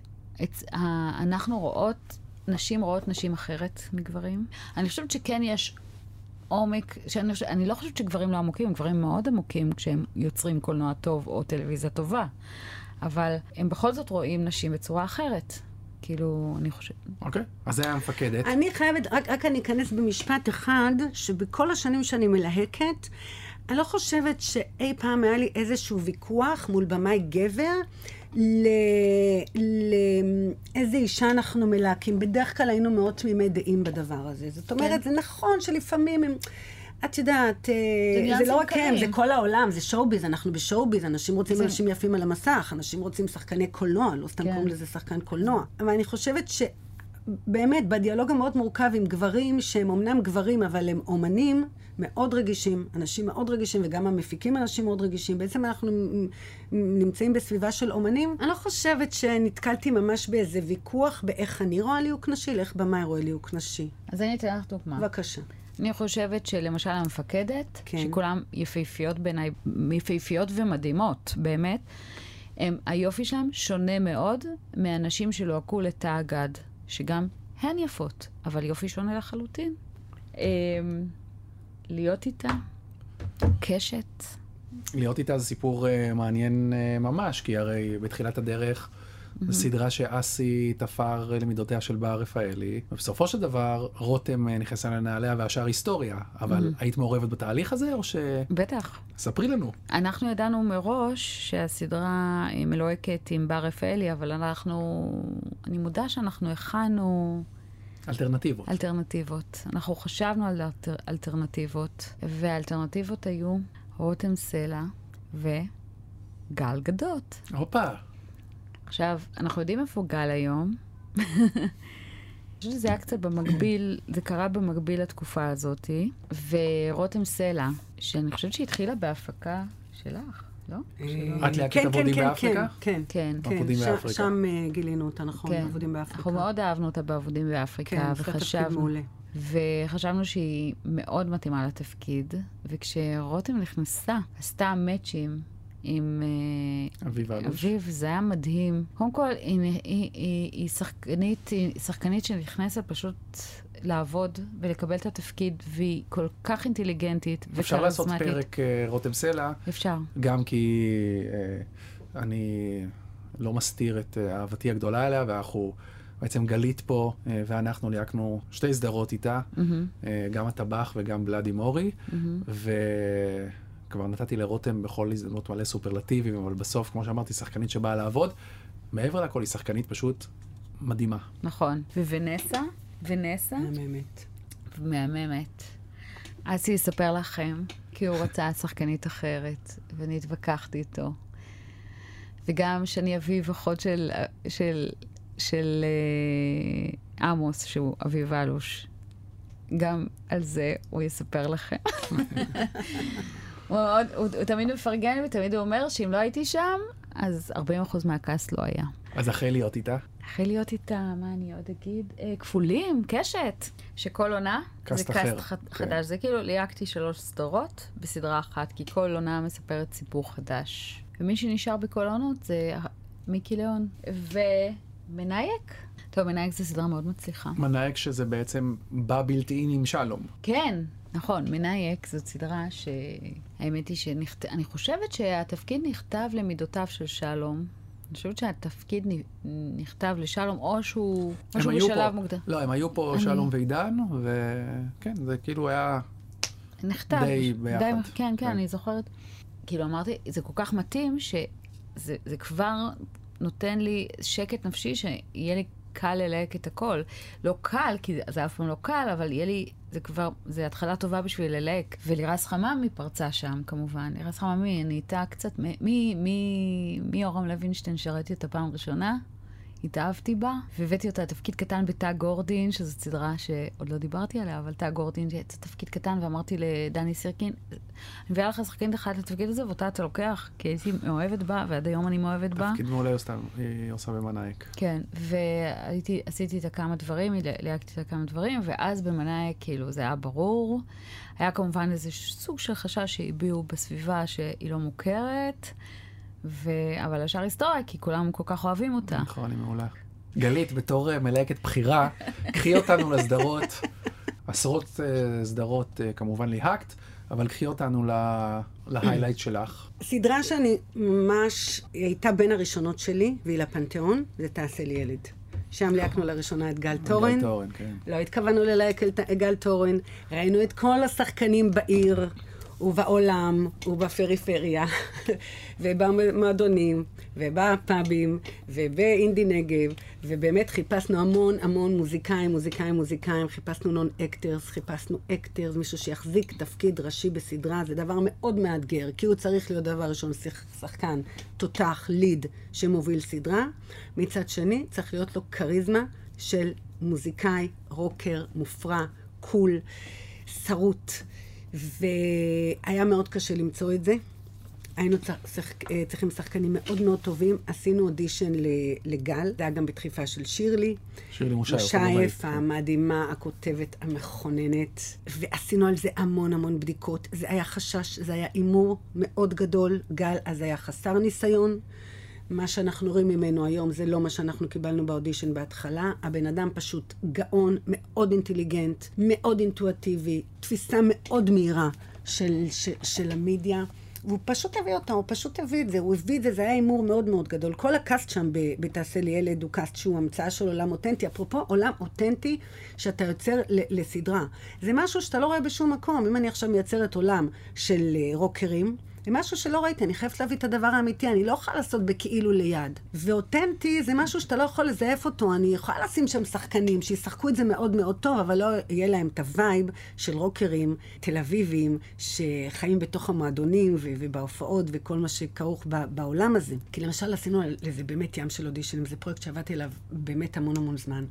שאנחנו רואות נשים רואות נשים אחרת מגברים. אני חושבת שכן יש עומק, שאני, אני לא חושבת שגברים לא עמוקים, הם גברים מאוד עמוקים כשהם יוצרים קולנוע טוב או טלוויזיה טובה. אבל הם בכל זאת רואים נשים בצורה אחרת. כאילו, אני חושבת... אוקיי, אז זה היה המפקדת. אני חייבת, רק, רק אני אכנס במשפט אחד, שבכל השנים שאני מלהקת, אני לא חושבת שאי פעם היה לי איזשהו ויכוח מול במאי גבר, לאיזה אישה אנחנו מלהקים. בדרך כלל היינו מאוד תמימי דעים בדבר הזה. זאת אומרת, זה נכון שלפעמים הם... את יודעת, זה לא רק הם, זה כל העולם, זה שואו-ביז, אנחנו בשואו-ביז, אנשים רוצים אנשים יפים על המסך, אנשים רוצים שחקני קולנוע, לא סתם קוראים לזה שחקן קולנוע. אבל אני חושבת שבאמת, בדיאלוג המאוד מורכב עם גברים, שהם אמנם גברים, אבל הם אומנים, מאוד רגישים, אנשים מאוד רגישים, וגם המפיקים אנשים מאוד רגישים. בעצם אנחנו נמצאים בסביבה של אומנים. אני לא חושבת שנתקלתי ממש באיזה ויכוח באיך אני רואה ליהוק נשי, לאיך במאי רואה ליהוק נשי. אז אני אתן לך דוגמה. בבקשה. אני חושבת שלמשל המפקדת, כן. שכולם יפהפיות בעיניי, יפהפיות ומדהימות, באמת, הם, היופי שלהם שונה מאוד מאנשים שלועקו לתא הגד, שגם הן יפות, אבל יופי שונה לחלוטין. להיות איתה, קשת. להיות איתה זה סיפור uh, מעניין uh, ממש, כי הרי בתחילת הדרך, mm-hmm. סדרה שאסי תפר למידותיה של בר רפאלי, ובסופו של דבר רותם uh, נכנסה לנעליה והשאר היסטוריה, אבל mm-hmm. היית מעורבת בתהליך הזה, או ש... בטח. ספרי לנו. אנחנו ידענו מראש שהסדרה מלוהקת עם בר רפאלי, אבל אנחנו, אני מודה שאנחנו הכנו... אלטרנטיבות. אלטרנטיבות. אנחנו חשבנו על אלטר, אלטרנטיבות, והאלטרנטיבות היו רותם סלע וגל גדות. הופה. עכשיו, אנחנו יודעים איפה גל היום. אני חושבת שזה היה קצת במקביל, זה קרה במקביל לתקופה הזאת, ורותם סלע, שאני חושבת שהתחילה בהפקה שלך. לא? את להקת עבודים באפריקה? כן, כן. עבודים באפריקה. שם גילינו אותה, נכון, עבודים באפריקה. אנחנו מאוד אהבנו אותה בעבודים באפריקה, וחשבנו שהיא מאוד מתאימה לתפקיד, וכשרותם נכנסה, עשתה מאצ'ים עם אביב אלוש. אביב, זה היה מדהים. קודם כל, היא שחקנית שנכנסת פשוט לעבוד ולקבל את התפקיד, והיא כל כך אינטליגנטית וכריזמטית. אפשר לעשות פרק רותם סלע. אפשר. גם כי אני לא מסתיר את אהבתי הגדולה אליה, ואנחנו בעצם גלית פה, ואנחנו ליהקנו שתי סדרות איתה, גם הטבח וגם בלאדי מורי, וכבר נתתי לרותם בכל הזדמנות מלא סופרלטיבים, אבל בסוף, כמו שאמרתי, שחקנית שבאה לעבוד, מעבר לכל היא שחקנית פשוט מדהימה. נכון. וונסה? ונסה? מהממת. מהממת. אז היא יספר לכם, כי הוא רצה שחקנית אחרת, ואני התווכחתי איתו. וגם שאני אביב אחות של, של, של אה, עמוס, שהוא אביב אלוש. גם על זה הוא יספר לכם. הוא, מאוד, הוא, הוא תמיד מפרגן ותמיד הוא אומר שאם לא הייתי שם, אז ארבעים אחוז מהקאסט לא היה. אז אחרי להיות איתה? אחרי להיות איתה, מה אני עוד אגיד? אה, כפולים, קשת. שכל עונה קאסט זה אחר. קאסט ח- כן. חדש. זה כאילו ליהקתי שלוש סדרות בסדרה אחת, כי כל עונה מספרת סיפור חדש. ומי שנשאר בכל עונות זה מיקי ליאון. ומנייק? טוב, מנייק זה סדרה מאוד מצליחה. מנייק שזה בעצם בא בלתי עם שלום. כן, נכון, מנייק זאת סדרה שהאמת היא שנכת... אני חושבת שהתפקיד נכתב למידותיו של שלום. אני חושבת שהתפקיד נכתב לשלום, או שהוא, או שהוא בשלב מוקדם. לא, הם היו פה אני... שלום ועידן, וכן, זה כאילו היה נכתב, די ביחד. די, כן, כן, כן, אני זוכרת. כאילו אמרתי, זה כל כך מתאים, שזה זה כבר נותן לי שקט נפשי, שיהיה לי קל ללהק את הכל. לא קל, כי זה אף פעם לא קל, אבל יהיה לי, זה כבר, זה התחלה טובה בשביל ללהק. ולירז חממי פרצה שם, כמובן. לירז חממי, אני איתה קצת, מי, מי, מי אורם לוינשטיין שראיתי אותה פעם ראשונה, התאהבתי בה, והבאתי אותה תפקיד קטן בתא גורדין, שזו סדרה שעוד לא דיברתי עליה, אבל תא גורדין זה תפקיד קטן, ואמרתי לדני סירקין, אני מביאה לך שחקנית אחת לתפקיד הזה, ואותה אתה לוקח, כי הייתי מאוהבת בה, ועד היום אני מאוהבת בה. תפקיד מעולה היא עושה במנייק. כן, ועשיתי איתה כמה דברים, ליהקתי איתה כמה דברים, ואז במנייק, כאילו, זה היה ברור. היה כמובן איזה סוג של חשש שהביעו בסביבה שהיא לא מוכרת, ו... אבל השאר היסטוריה, כי כולם כל כך אוהבים אותה. נכון, אני מעולה. גלית, בתור מלהקת בחירה, קחי אותנו לסדרות, עשרות uh, סדרות uh, כמובן ליהקת, אבל קחי אותנו להיילייט שלך. סדרה שאני ממש, היא הייתה בין הראשונות שלי, והיא לפנתיאון, זה תעשה לי ילד. שם ליהקנו לראשונה את גל תורן. גל תורן, כן. לא התכוונו ללהק את גל תורן. ראינו את כל השחקנים בעיר, ובעולם, ובפריפריה, ובמועדונים, ובפאבים, ובאינדי נגב, ובאמת חיפשנו המון המון מוזיקאים, מוזיקאים, מוזיקאים, חיפשנו נון אקטרס, חיפשנו אקטרס, מישהו שיחזיק תפקיד ראשי בסדרה, זה דבר מאוד מאתגר, כי הוא צריך להיות דבר ראשון שחקן, תותח, ליד, שמוביל סדרה. מצד שני, צריך להיות לו קריזמה של מוזיקאי, רוקר, מופרע, קול, שרוט. והיה מאוד קשה למצוא את זה. היינו צריכים שחקנים מאוד מאוד טובים. עשינו אודישן לגל, זה היה גם בדחיפה של שירלי. שירלי מושייף. מושייף, המדהימה, הכותבת, המכוננת. ועשינו על זה המון המון בדיקות. זה היה חשש, זה היה אימור מאוד גדול. גל, אז היה חסר ניסיון. מה שאנחנו רואים ממנו היום זה לא מה שאנחנו קיבלנו באודישן בהתחלה. הבן אדם פשוט גאון, מאוד אינטליגנט, מאוד אינטואטיבי, תפיסה מאוד מהירה של, של, של המדיה. והוא פשוט הביא אותה, הוא פשוט הביא את זה, הוא הביא את זה, זה היה אימור מאוד מאוד גדול. כל הקאסט שם בתעשה לי ילד הוא קאסט שהוא המצאה של עולם אותנטי. אפרופו עולם אותנטי שאתה יוצר לסדרה. זה משהו שאתה לא רואה בשום מקום. אם אני עכשיו מייצרת עולם של רוקרים, זה משהו שלא ראיתי, אני חייבת להביא את הדבר האמיתי, אני לא יכולה לעשות בכאילו ליד. ואותנטי זה משהו שאתה לא יכול לזהף אותו, אני יכולה לשים שם שחקנים שישחקו את זה מאוד מאוד טוב, אבל לא יהיה להם את הווייב של רוקרים תל אביבים, שחיים בתוך המועדונים ו- ובהופעות וכל מה שכרוך ב- בעולם הזה. כי למשל עשינו לזה באמת ים של אודישנים, זה פרויקט שעבדתי עליו באמת המון המון זמן.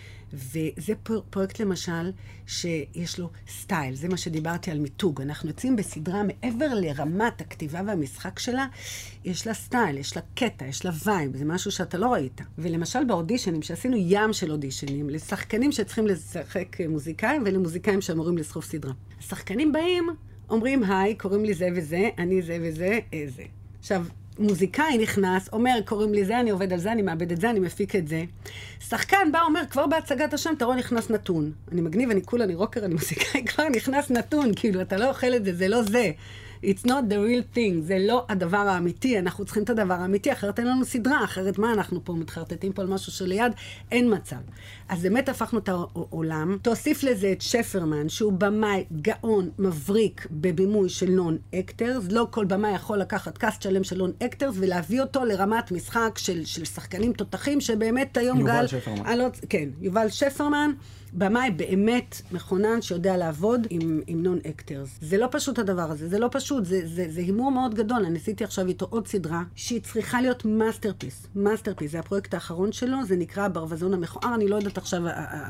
וזה פרויקט למשל שיש לו סטייל, זה מה שדיברתי על מיתוג. אנחנו יוצאים בסדרה מעבר לרמת הכתיבה והמשחק שלה, יש לה סטייל, יש לה קטע, יש לה וייב, זה משהו שאתה לא ראית. ולמשל באודישנים, שעשינו ים של אודישנים, לשחקנים שצריכים לשחק מוזיקאים ולמוזיקאים שאמורים לסחוב סדרה. השחקנים באים, אומרים היי, קוראים לי זה וזה, אני זה וזה, איזה. עכשיו, מוזיקאי נכנס, אומר, קוראים לי זה, אני עובד על זה, אני מאבד את זה, אני מפיק את זה. שחקן בא, אומר, כבר בהצגת השם, תראו, נכנס נתון. אני מגניב, אני קול, אני רוקר, אני מוזיקאי, כבר נכנס נתון, כאילו, אתה לא אוכל את זה, זה לא זה. It's not the real thing, זה לא הדבר האמיתי, אנחנו צריכים את הדבר האמיתי, אחרת אין לנו סדרה, אחרת מה אנחנו פה מתחרטטים פה על משהו שליד, אין מצב. אז באמת הפכנו את העולם, תוסיף לזה את שפרמן, שהוא במאי גאון, מבריק, בבימוי של נון אקטרס, לא כל במאי יכול לקחת קאסט שלם של נון אקטרס, ולהביא אותו לרמת משחק של, של שחקנים תותחים, שבאמת היום יובל גל... שפרמן. עלות, כן, יובל שפרמן, במאי באמת מכונן שיודע לעבוד עם, עם נון אקטרס. זה לא פשוט הדבר הזה, זה לא פשוט. פשוט, זה, זה, זה הימור מאוד גדול. אני עשיתי עכשיו איתו עוד סדרה, שהיא צריכה להיות מאסטרפיס. מאסטרפיס, זה הפרויקט האחרון שלו, זה נקרא ברווזון המכוער, אני לא יודעת עכשיו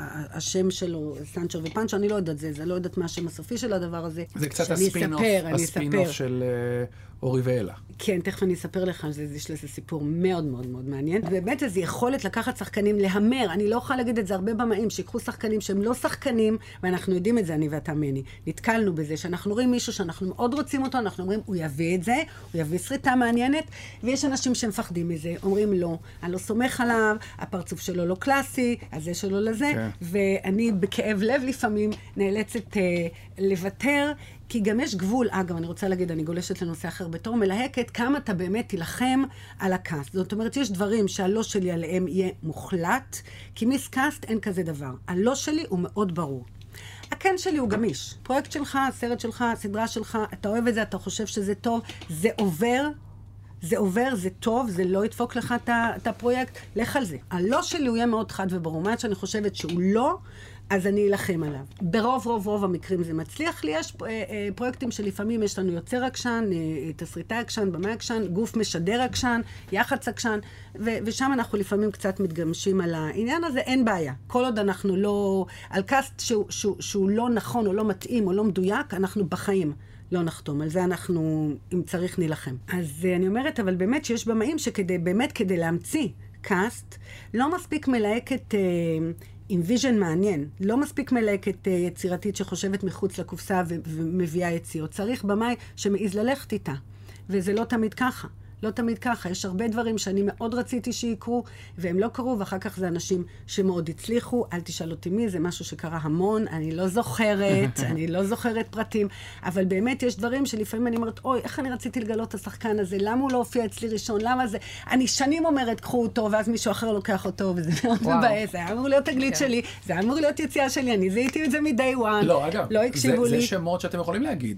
השם שלו, סנצ'ו ופנצ'ו, אני לא יודעת זה, זה לא יודעת מה השם הסופי של הדבר הזה. זה קצת הספין-אוף, הספין-אוף של אורי ואלה. כן, תכף אני אספר לך, יש לזה סיפור מאוד מאוד מאוד מעניין. באמת איזו יכולת לקחת שחקנים להמר, אני לא יכולה להגיד את זה הרבה במאים, שיקחו שחקנים שהם לא שחקנים, ואנחנו יודעים את זה, אני ואתה מני. נתקלנו בזה, שאנחנו רואים מישהו שאנחנו מאוד רוצים אותו, אנחנו אומרים, הוא יביא את זה, הוא יביא שריטה מעניינת, ויש אנשים שמפחדים מזה, אומרים לא, אני לא סומך עליו, הפרצוף שלו לא קלאסי, הזה שלו לזה, כן. ואני בכאב לב לפעמים נאלצת uh, לוותר, כי גם יש גבול, אגב, אני רוצה להגיד, אני גולשת לנושא אחר, בתור מלהקת, כמה אתה באמת תילחם על הקאסט. זאת אומרת, יש דברים שהלא שלי עליהם יהיה מוחלט, כי מיסקאסט אין כזה דבר. הלא שלי הוא מאוד ברור. הכן שלי הוא גמיש. פרויקט שלך, סרט שלך, סדרה שלך, אתה אוהב את זה, אתה חושב שזה טוב, זה עובר, זה עובר, זה טוב, זה לא ידפוק לך את הפרויקט, לך על זה. הלא שלי הוא יהיה מאוד חד וברור. מה שאני חושבת שהוא לא, אז אני אלחם עליו. ברוב רוב רוב המקרים זה מצליח לי. יש פרויקטים שלפעמים יש לנו יוצר עקשן, תסריטאי עקשן, במאי עקשן, גוף משדר עקשן, יח"צ עקשן, ושם אנחנו לפעמים קצת מתגמשים על העניין הזה, אין בעיה. כל עוד אנחנו לא, על קאסט שהוא, שהוא, שהוא לא נכון או לא מתאים או לא מדויק, אנחנו בחיים לא נחתום. על זה אנחנו, אם צריך, נלחם. אז אני אומרת, אבל באמת שיש במאים שכדי, באמת כדי להמציא קאסט, לא מספיק מלהקת עם ויז'ן מעניין. לא מספיק מלהקת יצירתית שחושבת מחוץ לקופסה ומביאה יציאות. צריך במאי שמעז ללכת איתה. וזה לא תמיד ככה. לא תמיד ככה. יש הרבה דברים שאני מאוד רציתי שיקרו, והם לא קרו, ואחר כך זה אנשים שמאוד הצליחו. אל תשאל אותי מי, זה משהו שקרה המון, אני לא זוכרת, אני לא זוכרת פרטים, אבל באמת יש דברים שלפעמים אני אומרת, אוי, איך אני רציתי לגלות את השחקן הזה? למה הוא לא הופיע אצלי ראשון? למה זה? אני שנים אומרת, קחו אותו, ואז מישהו אחר לוקח אותו, וזה מאוד מבאס. זה היה אמור להיות תגלית שלי, זה היה אמור להיות יציאה שלי, אני זיהיתי את זה מ-day one. לא, אגב, לא הקשיבו לי. זה שמות שאתם יכולים להגיד.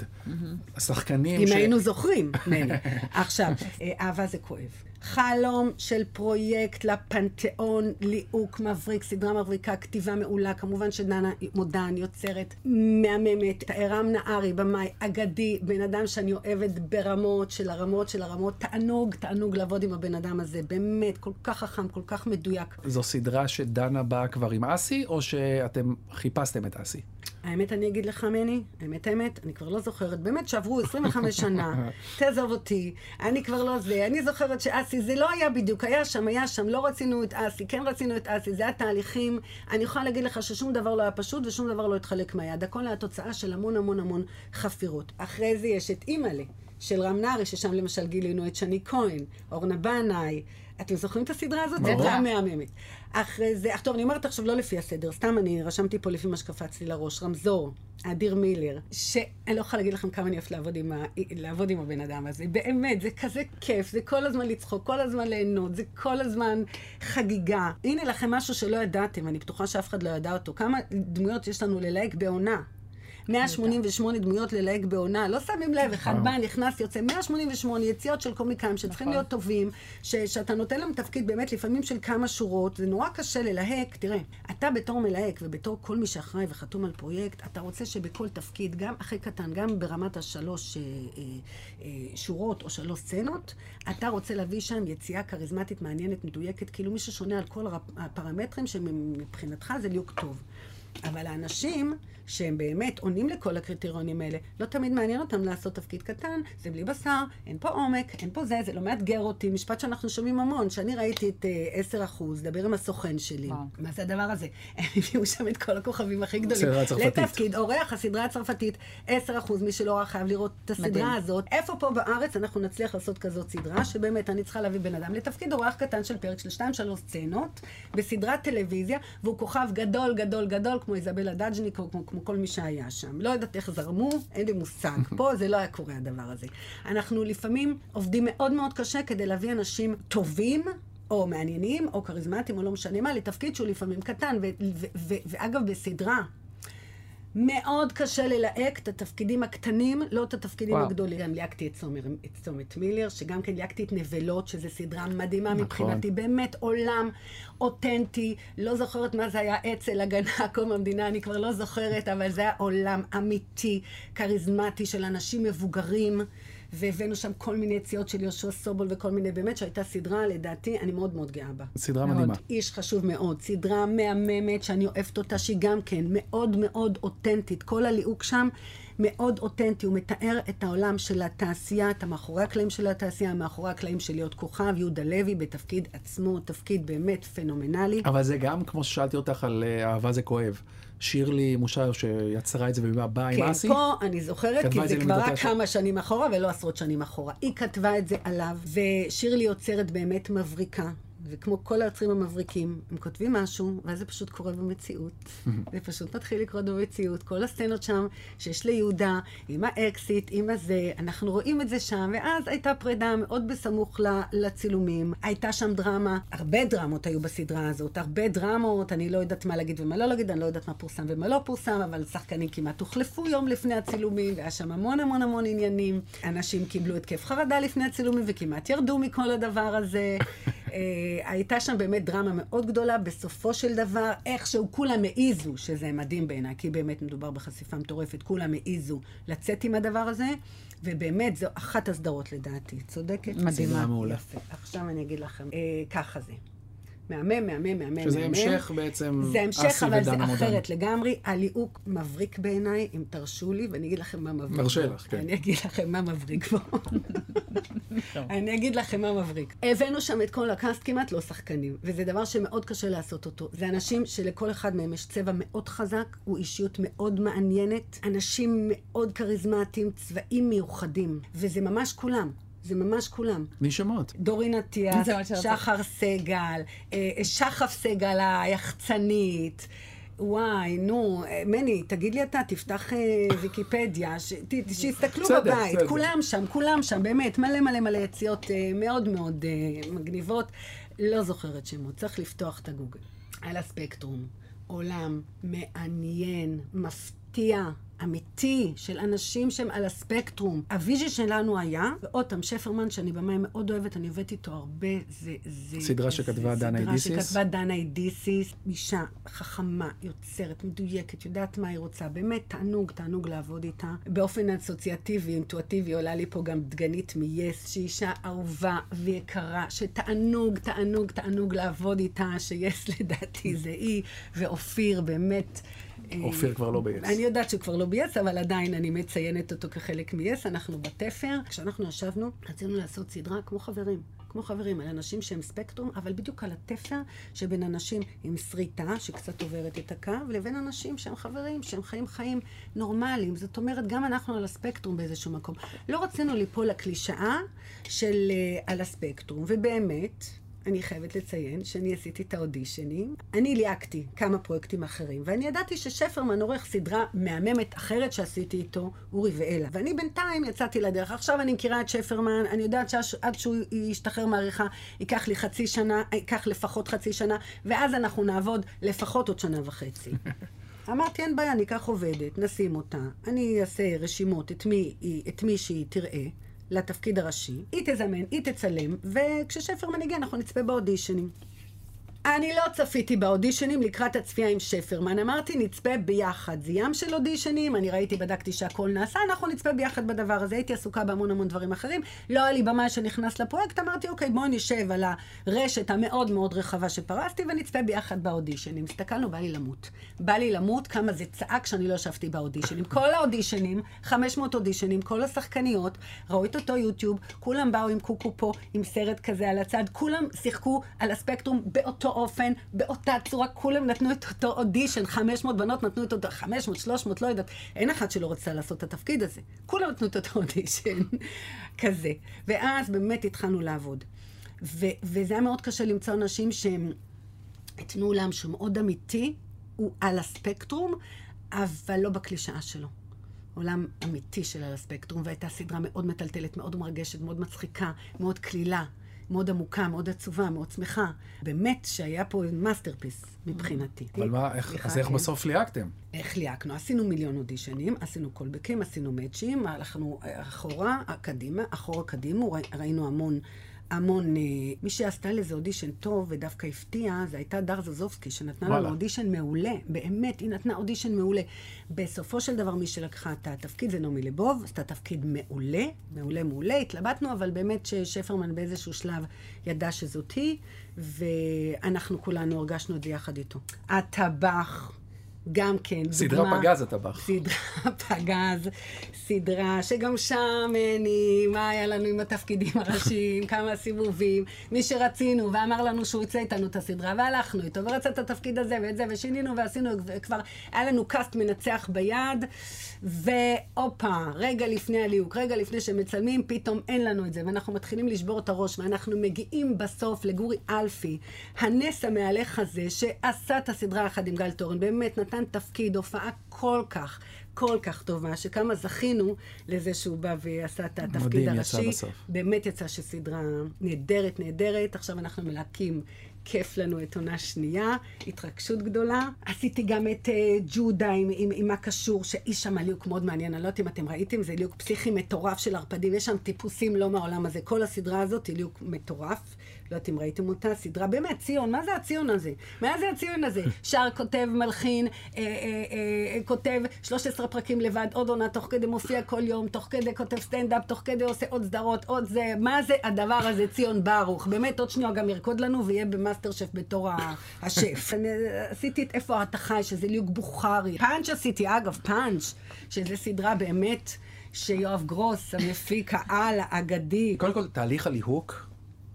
השחקנים אם היינו זוכרים, מני. עכשיו, אהבה זה כואב. חלום של פרויקט לפנתיאון, ליהוק מבריק, סדרה מבריקה, כתיבה מעולה, כמובן שדנה מודן, יוצרת מהממת, ערם נהרי, במאי, אגדי, בן אדם שאני אוהבת ברמות של הרמות של הרמות, תענוג, תענוג לעבוד עם הבן אדם הזה, באמת, כל כך חכם, כל כך מדויק. זו סדרה שדנה באה כבר עם אסי, או שאתם חיפשתם את אסי? האמת, אני אגיד לך, מני, האמת, האמת, אני כבר לא זוכרת, באמת שעברו עשרים וחמש שנה, תעזוב אותי, אני כבר לא זה, אני זוכרת שאסי, זה לא היה בדיוק, היה שם, היה שם, לא רצינו את אסי, כן רצינו את אסי, זה היה תהליכים, אני יכולה להגיד לך ששום דבר לא היה פשוט, ושום דבר לא התחלק מהיד, הכל היה תוצאה של המון המון המון חפירות. אחרי זה יש את אימאלה, של רם נהרי, ששם למשל גילינו את שני כהן, אורנה בנאי, אתם זוכרים את הסדרה הזאת? זה דעה מהממת. אחרי זה, טוב, אני אומרת עכשיו לא לפי הסדר, סתם אני רשמתי פה לפי מה שקפץ לי לראש, רמזור, אדיר מילר, שאני לא יכולה להגיד לכם כמה אני אוהבת לעבוד עם, ה... לעבוד עם הבן אדם הזה. באמת, זה כזה כיף, זה כל הזמן לצחוק, כל הזמן ליהנות, זה כל הזמן חגיגה. הנה לכם משהו שלא ידעתם, אני בטוחה שאף אחד לא ידע אותו. כמה דמויות יש לנו ללהק בעונה? מאה שמונים ושמונה דמויות ללהק בעונה, לא שמים לב, אחד בא, נכנס, יוצא, מאה שמונים ושמונה יציאות של קומיקאים שצריכים להיות טובים, שאתה נותן להם תפקיד באמת לפעמים של כמה שורות, זה נורא קשה ללהק. תראה, אתה בתור מלהק ובתור כל מי שאחראי וחתום על פרויקט, אתה רוצה שבכל תפקיד, גם הכי קטן, גם ברמת השלוש שורות או שלוש סצנות, אתה רוצה להביא שם יציאה כריזמטית, מעניינת, מדויקת, כאילו מי ששונה על כל הפרמטרים שמבחינתך זה ליהוק טוב. אבל האנשים שהם באמת עונים לכל הקריטריונים האלה, לא תמיד מעניין אותם לעשות תפקיד קטן, זה בלי בשר, אין פה עומק, אין פה זה, זה לא מאתגר אותי. משפט שאנחנו שומעים המון, שאני ראיתי את עשר אחוז, דבר עם הסוכן שלי. וואו. מה זה הדבר הזה? הם הביאו שם את כל הכוכבים הכי גדולים. לתפקיד, אורח, הסדרה הצרפתית, עשר אחוז, מי שלא ראה חייב לראות את הסדרה מדהים. הזאת. איפה פה בארץ אנחנו נצליח לעשות כזאת סדרה, שבאמת אני צריכה להביא בן אדם לתפקיד אורח קטן של פרק של שתיים שלוש סצנות, בסדרת טלוויזיה, והוא כוכב גדול, גדול, גדול, כמו איזבלה דאג'ניק, או כמו, כמו כל מי שהיה שם. לא יודעת איך זרמו, אין לי מושג. פה זה לא היה קורה הדבר הזה. אנחנו לפעמים עובדים מאוד מאוד קשה כדי להביא אנשים טובים, או מעניינים, או כריזמטיים, או לא משנה מה, לתפקיד שהוא לפעמים קטן. ו- ו- ו- ואגב, בסדרה, מאוד קשה ללהק את התפקידים הקטנים, לא את התפקידים וואו. הגדולים. גם ליהקתי את צומת מילר, שגם כן ליהקתי את נבלות, שזו סדרה מדהימה מבחינתי, באמת עולם אותנטי, לא זוכרת מה זה היה אצל הגנה, קום המדינה, אני כבר לא זוכרת, אבל זה היה עולם אמיתי, כריזמטי של אנשים מבוגרים, והבאנו שם כל מיני יציאות של יהושע סובול וכל מיני, באמת שהייתה סדרה, לדעתי, אני מאוד מאוד גאה בה. סדרה מדהימה. איש חשוב מאוד, סדרה מהממת שאני אוהבת אותה, שהיא גם כן מאוד מאוד אותנטית. כל הליהוק שם מאוד אותנטי, הוא מתאר את העולם של התעשייה, את המאחורי הקלעים של התעשייה, המאחורי הקלעים של להיות כוכב, יהודה לוי בתפקיד עצמו, תפקיד באמת פנומנלי. אבל זה גם, כמו ששאלתי אותך על אהבה זה כואב, שירלי מושר שיצרה את זה ובאה עם אסי. כן, פה אני זוכרת, כי זה כבר רק כמה שנים אחורה ולא עשרות שנים אחורה. היא כתבה את זה עליו, ושירלי יוצרת באמת מבריקה. וכמו כל היוצרים המבריקים, הם כותבים משהו, ואז זה פשוט קורה במציאות. זה פשוט מתחיל לקרות במציאות. כל הסצנות שם, שיש ליהודה, עם האקסיט, עם הזה, אנחנו רואים את זה שם, ואז הייתה פרידה מאוד בסמוך לצילומים. הייתה שם דרמה, הרבה דרמות היו בסדרה הזאת, הרבה דרמות, אני לא יודעת מה להגיד ומה לא להגיד, אני לא יודעת מה פורסם ומה לא פורסם, אבל שחקנים כמעט הוחלפו יום לפני הצילומים, והיה שם המון המון המון עניינים. אנשים קיבלו התקף חרדה לפני הצילומים, וכמעט ירדו מכל הדבר הזה. הייתה שם באמת דרמה מאוד גדולה, בסופו של דבר, איכשהו כולם העיזו, שזה מדהים בעיניי, כי באמת מדובר בחשיפה מטורפת, כולם העיזו לצאת עם הדבר הזה, ובאמת זו אחת הסדרות לדעתי. צודקת? מדהימה. מעולה. יפה. עכשיו אני אגיד לכם, אה, ככה זה. מהמם, מהמם, מהמם. שזה מהמם. המשך בעצם זה המשך, אבל זה ודנה אחרת לגמרי. הליהוק מבריק בעיניי, אם תרשו לי, ואני אגיד לכם מה מבריק. מרשה לך, כן. אני אגיד לכם מה מבריק בו. אני אגיד לכם מה מבריק. הבאנו שם את כל הקאסט, כמעט לא שחקנים, וזה דבר שמאוד קשה לעשות אותו. זה אנשים שלכל אחד מהם יש צבע מאוד חזק, הוא אישיות מאוד מעניינת, אנשים מאוד כריזמטיים, צבעים מיוחדים, וזה ממש כולם. זה ממש כולם. מי שמות? דורין אטיאס, שחר סגל, שחף סגל היחצנית. וואי, נו, מני, תגיד לי אתה, תפתח ויקיפדיה, שיסתכלו בבית, כולם שם, כולם שם, באמת, מלא מלא מלא יציאות מאוד מאוד מגניבות. לא זוכרת שמות, צריך לפתוח את הגוגל. על הספקטרום, עולם מעניין, מפתיע, אמיתי, של אנשים שהם על הספקטרום. הוויז'ן שלנו היה, ואותם שפרמן, שאני במה מאוד אוהבת, אני עובדת איתו הרבה, זה... זה סדרה שכתבה דנה אידיסיס. סדרה שכתבה דנה אידיסיס, אישה חכמה, יוצרת, מדויקת, יודעת מה היא רוצה, באמת תענוג, תענוג לעבוד איתה. באופן אסוציאטיבי, אינטואטיבי, עולה לי פה גם דגנית מייס, שהיא אישה אהובה ויקרה, שתענוג, תענוג, תענוג לעבוד איתה, שיס לדעתי זה היא, ואופיר באמת... אופיר כבר לא בייס. אני יודעת שהוא כבר לא בייס, אבל עדיין אני מציינת אותו כחלק מייס. אנחנו בתפר. כשאנחנו ישבנו, רצינו לעשות סדרה כמו חברים. כמו חברים, על אנשים שהם ספקטרום, אבל בדיוק על התפר שבין אנשים עם שריטה, שקצת עוברת את הקו, לבין אנשים שהם חברים, שהם חיים חיים נורמליים. זאת אומרת, גם אנחנו על הספקטרום באיזשהו מקום. לא רצינו ליפול לקלישאה של uh, על הספקטרום, ובאמת... אני חייבת לציין שאני עשיתי את האודישנים. אני ליהקתי כמה פרויקטים אחרים, ואני ידעתי ששפרמן עורך סדרה מהממת אחרת שעשיתי איתו, אורי ואלה. ואני בינתיים יצאתי לדרך. עכשיו אני מכירה את שפרמן, אני יודעת שעד שהוא ישתחרר מעריכה, ייקח לי חצי שנה, ייקח לפחות חצי שנה, ואז אנחנו נעבוד לפחות עוד שנה וחצי. אמרתי, אין בעיה, ניקח עובדת, נשים אותה, אני אעשה רשימות את מי, את מי שהיא תראה. לתפקיד הראשי, היא תזמן, היא תצלם, וכששפרמן הגיע אנחנו נצפה באודישנים. אני לא צפיתי באודישנים לקראת הצפייה עם שפרמן, אמרתי נצפה ביחד, זה ים של אודישנים, אני ראיתי, בדקתי שהכל נעשה, אנחנו נצפה ביחד בדבר הזה, הייתי עסוקה בהמון המון דברים אחרים, לא היה לי במה שנכנס לפרויקט, אמרתי אוקיי בואו נשב על הרשת המאוד מאוד רחבה שפרסתי ונצפה ביחד באודישנים, הסתכלנו, בא לי למות, בא לי למות כמה זה צעק שאני לא ישבתי באודישנים, כל האודישנים, חמש מאות אודישנים, כל השחקניות, ראו את אותו יוטיוב, כולם באו עם קוקו פה, עם סרט כזה על הצד, כולם שיחקו על הספקטרום באותו אופן, באותה צורה, כולם נתנו את אותו אודישן, חמש מאות בנות נתנו את אותו, חמש מאות, שלוש מאות, לא יודעת, אין אחד שלא רצה לעשות את התפקיד הזה. כולם נתנו את אותו אודישן כזה. ואז באמת התחלנו לעבוד. ו- וזה היה מאוד קשה למצוא אנשים שהם התנו עולם שמאוד אמיתי, הוא על הספקטרום, אבל לא בקלישאה שלו. עולם אמיתי של על הספקטרום, והייתה סדרה מאוד מטלטלת, מאוד מרגשת, מאוד מצחיקה, מאוד כלילה. מאוד עמוקה, מאוד עצובה, מאוד שמחה. באמת שהיה פה מאסטרפיס מבחינתי. אבל מה, איך, אז איך בסוף ליהקתם? איך ליהקנו? עשינו מיליון אודישנים, עשינו קולבקים, עשינו מאצ'ים, הלכנו אחורה, קדימה, אחורה קדימה, ראינו המון, המון, מי שעשתה לזה אודישן טוב ודווקא הפתיע, זה הייתה דר זוזובסקי, שנתנה לנו אודישן מעולה, באמת, היא נתנה אודישן מעולה. בסופו של דבר, מי שלקחה את התפקיד זה נעמי לבוב, עשתה תפקיד מעולה, מעולה מעולה, התלבטנו, אבל באמת ששפרמן באיזשהו שלב ידע שזאת היא, ואנחנו כולנו הרגשנו את זה יחד איתו. הטבח, גם כן, סדרה דוגמה, פגז הטבח. סדרה פגז, סדרה שגם שם, אני, מה היה לנו עם התפקידים הראשיים, כמה סיבובים, מי שרצינו ואמר לנו שהוא יצא איתנו את הסדרה, והלכנו איתו, ורצה את התפקיד הזה ואת זה, ושינינו ועשינו, וכבר היה לנו קאסט מנצח ביד, ואופה, רגע לפני הליהוק, רגע לפני שמצלמים, פתאום אין לנו את זה, ואנחנו מתחילים לשבור את הראש, ואנחנו מגיעים בסוף לגורי אלפי, הנס המהלך הזה, שעשה את הסדרה אחד עם גל תורן, באמת נתן תפקיד, הופעה כל כך, כל כך טובה, שכמה זכינו לזה שהוא בא ועשה את התפקיד הראשי. מדהים, יצא בסוף. באמת יצא שסדרה נהדרת, נהדרת. עכשיו אנחנו מלהקים, כיף לנו את עונה שנייה, התרגשות גדולה. עשיתי גם את uh, ג'ודה עם, עם, עם הקשור, שאיש שם ליוק מאוד מעניין. אני לא יודעת אם אתם ראיתם, זה ליוק פסיכי מטורף של ערפדים. יש שם טיפוסים לא מהעולם הזה. כל הסדרה הזאת היא ליוק מטורף. לא יודעת אם ראיתם אותה, סדרה, באמת, ציון, מה זה הציון הזה? מה זה הציון הזה? שר כותב, מלחין, אה, אה, אה, כותב שלושה עשר פרקים לבד, עוד עונה, תוך כדי מופיע כל יום, תוך כדי כותב סטנדאפ, תוך כדי עושה עוד סדרות, עוד זה, מה זה הדבר הזה, ציון ברוך? באמת, עוד שנייה גם ירקוד לנו ויהיה במאסטר שף בתור השף. אני עשיתי את איפה אתה חי, שזה ליוק בוכרי. פאנץ' עשיתי, אגב, פאנץ', שזה סדרה באמת שיואב גרוס, המפיק העל, האגדי. קודם כל, תהליך הליהוק,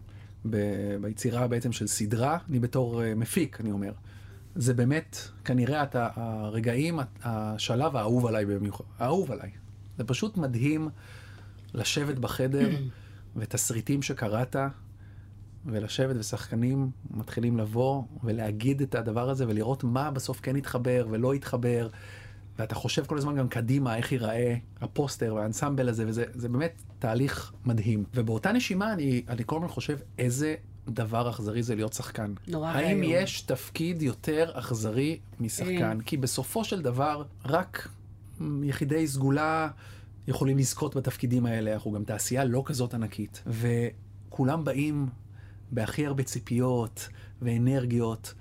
ב- ביצירה בעצם של סדרה, אני בתור uh, מפיק, אני אומר. זה באמת, כנראה, את הרגעים, השלב האהוב עליי במיוחד. האהוב עליי. זה פשוט מדהים לשבת בחדר, ותסריטים שקראת, ולשבת ושחקנים מתחילים לבוא, ולהגיד את הדבר הזה, ולראות מה בסוף כן יתחבר ולא יתחבר, ואתה חושב כל הזמן גם קדימה, איך ייראה הפוסטר והאנסמבל הזה, וזה זה באמת תהליך מדהים. ובאותה נשימה אני, אני כל הזמן חושב איזה דבר אכזרי זה להיות שחקן. נורא האם היום. יש תפקיד יותר אכזרי משחקן? כי בסופו של דבר, רק יחידי סגולה יכולים לזכות בתפקידים האלה. אנחנו גם תעשייה לא כזאת ענקית. וכולם באים בהכי הרבה ציפיות ואנרגיות,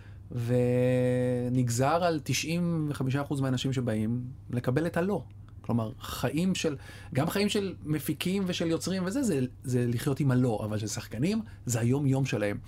ונגזר על תשעים וחמישה אחוז מהאנשים שבאים לקבל את הלא. כלומר, חיים של, גם חיים של מפיקים ושל יוצרים וזה, זה, זה לחיות עם הלא, אבל של שחקנים, זה היום יום שלהם.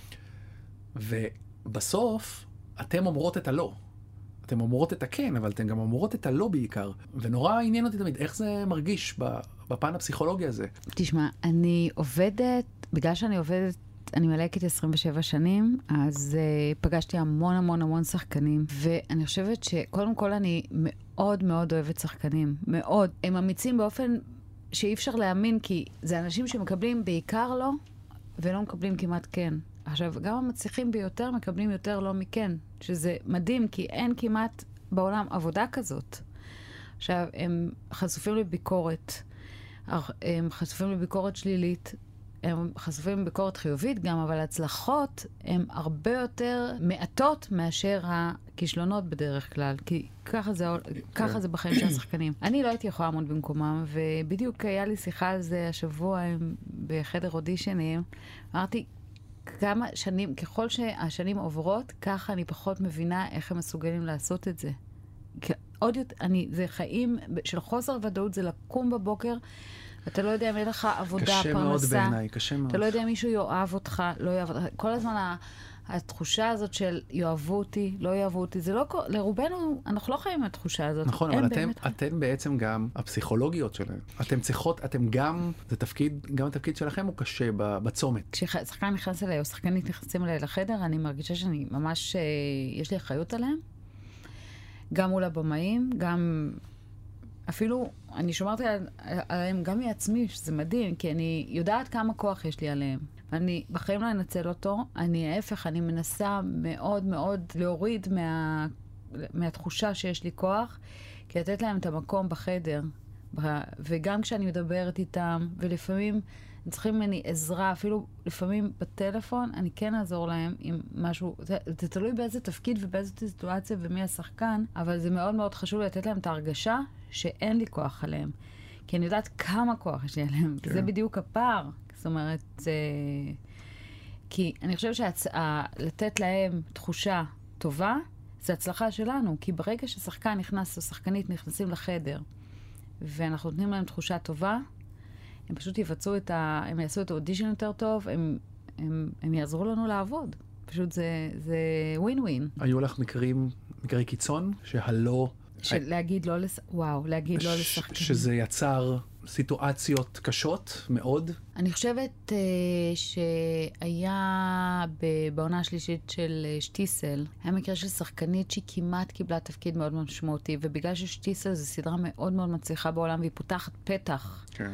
ובסוף, אתם אומרות את הלא. אתם אומרות את הכן, אבל אתם גם אומרות את הלא בעיקר. ונורא עניין אותי תמיד, איך זה מרגיש בפן הפסיכולוגי הזה? תשמע, אני עובדת, בגלל שאני עובדת, אני מלהקת עשרים ושבע שנים, אז uh, פגשתי המון המון המון שחקנים, ואני חושבת שקודם כל אני מאוד מאוד אוהבת שחקנים, מאוד. הם אמיצים באופן שאי אפשר להאמין, כי זה אנשים שמקבלים בעיקר לא, ולא מקבלים כמעט כן. עכשיו, גם המצליחים ביותר מקבלים יותר לא מכן, שזה מדהים, כי אין כמעט בעולם עבודה כזאת. עכשיו, הם חשופים לביקורת, הם חשופים לביקורת שלילית, הם חשופים ביקורת חיובית גם, אבל ההצלחות הן הרבה יותר מעטות מאשר הכישלונות בדרך כלל, כי ככה זה, ככה זה בחיים של השחקנים. אני לא הייתי יכולה לעמוד במקומם, ובדיוק היה לי שיחה על זה השבוע בחדר אודישנים. אמרתי, כמה שנים, ככל שהשנים עוברות, ככה אני פחות מבינה איך הם מסוגלים לעשות את זה. עוד יותר, אני, זה חיים של חוסר ודאות, זה לקום בבוקר, אתה לא יודע אם יהיה לך עבודה, פרנסה. קשה מאוד בעיניי, קשה מאוד. אתה לא יודע אם מישהו יאהב אותך, לא יאהב אותך. כל הזמן התחושה הזאת של יאהבו אותי, לא יאהבו אותי, זה לא, לרובנו, אנחנו לא חיים עם התחושה הזאת. נכון, אבל אתם, אתם בעצם גם הפסיכולוגיות שלהם. אתם צריכות, אתם גם, זה תפקיד, גם התפקיד שלכם הוא קשה בצומת. כששחקן נכנס אליי, או שחקנית נכנסים אליי לחדר, אני מרגישה שאני ממש, יש לי אחריות עליהם. גם מול הבמאים, גם אפילו, אני שומרתי עליהם גם מעצמי, שזה מדהים, כי אני יודעת כמה כוח יש לי עליהם. ואני בחיים לא אנצל אותו, אני ההפך, אני מנסה מאוד מאוד להוריד מה, מהתחושה שיש לי כוח, כי לתת להם את המקום בחדר. וגם כשאני מדברת איתם, ולפעמים הם צריכים ממני עזרה, אפילו לפעמים בטלפון, אני כן אעזור להם עם משהו, זה, זה תלוי באיזה תפקיד ובאיזו סיטואציה ומי השחקן, אבל זה מאוד מאוד חשוב לתת להם את ההרגשה שאין לי כוח עליהם. כי אני יודעת כמה כוח יש לי עליהם. כן. זה בדיוק הפער. זאת אומרת, זה... כי אני חושבת שלתת להם תחושה טובה, זה הצלחה שלנו. כי ברגע ששחקן נכנס או שחקנית נכנסים לחדר, ואנחנו נותנים להם תחושה טובה, הם פשוט יבצעו את ה... הם יעשו את האודישן יותר טוב, הם, הם, הם יעזרו לנו לעבוד. פשוט זה, זה ווין ווין. היו לך מקרים, מקרי קיצון, שהלא... של להגיד לא לש... וואו, להגיד לא לשחקנים. שזה יצר סיטואציות קשות מאוד? אני חושבת uh, שהיה בעונה השלישית של שטיסל, היה מקרה של שחקנית שהיא כמעט קיבלה תפקיד מאוד מאוד משמעותי, ובגלל ששטיסל זו סדרה מאוד מאוד מצליחה בעולם, והיא פותחת פתח כן.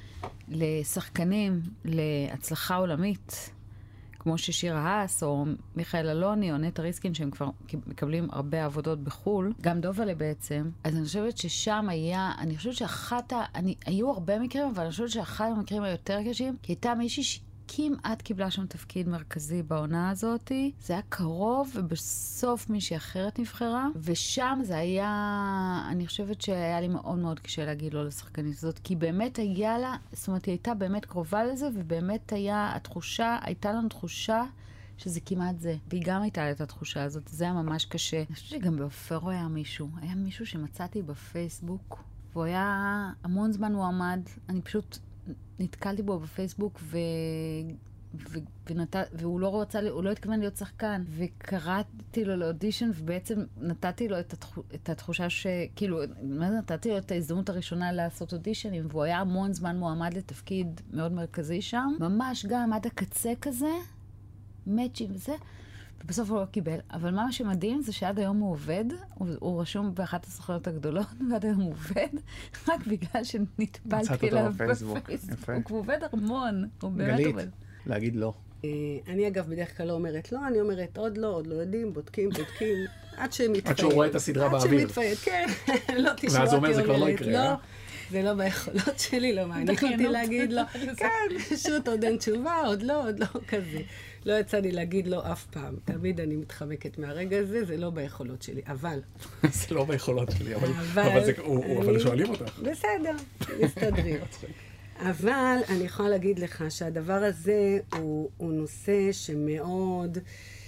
לשחקנים, להצלחה עולמית, כמו ששיר האס, או מיכאל אלוני, או נטע ריסקין, שהם כבר מקבלים הרבה עבודות בחול, גם דובלה בעצם. אז אני חושבת ששם היה, אני חושבת שאחת ה... אני, היו הרבה מקרים, אבל אני חושבת שאחת המקרים היותר קשים, כי הייתה מישהי שכמעט קיבלה שם תפקיד מרכזי בעונה הזאת. זה היה קרוב, ובסוף מישהי אחרת נבחרה, ושם זה היה, אני חושבת שהיה לי מאוד מאוד קשה להגיד לא לשחקנית הזאת, כי באמת היה לה, זאת אומרת, היא הייתה באמת קרובה לזה, ובאמת היה התחושה, הייתה לנו תחושה שזה כמעט זה. והיא גם הייתה לה את התחושה הזאת, זה היה ממש קשה. אני חושבת שגם באופרו היה מישהו, היה מישהו שמצאתי בפייסבוק, והוא היה המון זמן הוא עמד, אני פשוט נתקלתי בו בפייסבוק ו... ו... ונת... והוא לא רוצה, הוא לא התכוון להיות שחקן, וקראתי לו לאודישן, ובעצם נתתי לו את, התח... את התחושה שכאילו, מה זה נתתי לו את ההזדמנות הראשונה לעשות אודישנים, והוא היה המון זמן מועמד לתפקיד מאוד מרכזי שם, ממש גם עד הקצה כזה, מאצ'ים וזה, ובסוף הוא לא קיבל. אבל מה שמדהים זה שעד היום הוא עובד, הוא, הוא רשום באחת הסוכנויות הגדולות, ועד היום הוא עובד, רק בגלל שנטפלתי אליו בפייסבוק. הוא עובד המון, הוא באמת עובד. להגיד לא. אני אגב בדרך כלל לא אומרת לא, אני אומרת עוד לא, עוד לא יודעים, בודקים, בודקים, עד שמתפייד. עד שהוא רואה את הסדרה באוויר. עד שמתפייד, כן. לא תשמע ואז הוא אומר, זה כבר לא יקרה. לא, זה לא ביכולות שלי, לא מעניין אותי להגיד לא. כן, פשוט עוד אין תשובה, עוד לא, עוד לא כזה. לא יצא לי להגיד לא אף פעם. תמיד אני מתחמקת מהרגע הזה, זה לא ביכולות שלי, אבל... זה לא ביכולות שלי, אבל שואלים אותך. בסדר, מסתדרים. אבל אני יכולה להגיד לך שהדבר הזה הוא, הוא נושא שמאוד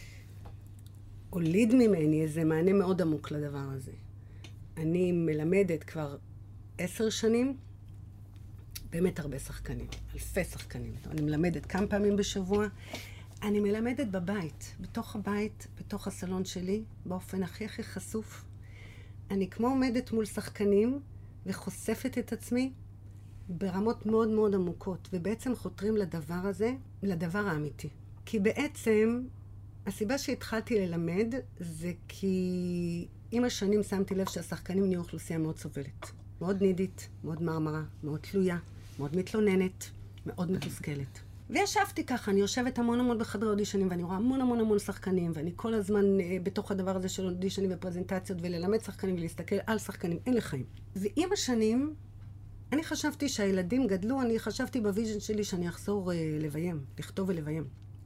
הוליד ממני איזה מענה מאוד עמוק לדבר הזה. אני מלמדת כבר עשר שנים, באמת הרבה שחקנים, אלפי שחקנים. אני מלמדת כמה פעמים בשבוע. אני מלמדת בבית, בתוך הבית, בתוך הסלון שלי, באופן הכי הכי חשוף. אני כמו עומדת מול שחקנים וחושפת את עצמי ברמות מאוד מאוד עמוקות, ובעצם חותרים לדבר הזה, לדבר האמיתי. כי בעצם, הסיבה שהתחלתי ללמד זה כי עם השנים שמתי לב שהשחקנים נהיו אוכלוסייה מאוד סובלת. מאוד נידית, מאוד מרמרה, מאוד תלויה, מאוד מתלוננת, מאוד מתוסכלת. וישבתי ככה, אני יושבת המון המון בחדרי אודישנים, ואני רואה המון המון המון שחקנים, ואני כל הזמן אה, בתוך הדבר הזה של אודישנים ופרזנטציות, וללמד שחקנים ולהסתכל על שחקנים, אין לחיים. ועם השנים, אני חשבתי שהילדים גדלו, אני חשבתי בוויז'ן שלי שאני אחזור אה, לביים, לכתוב ולביים.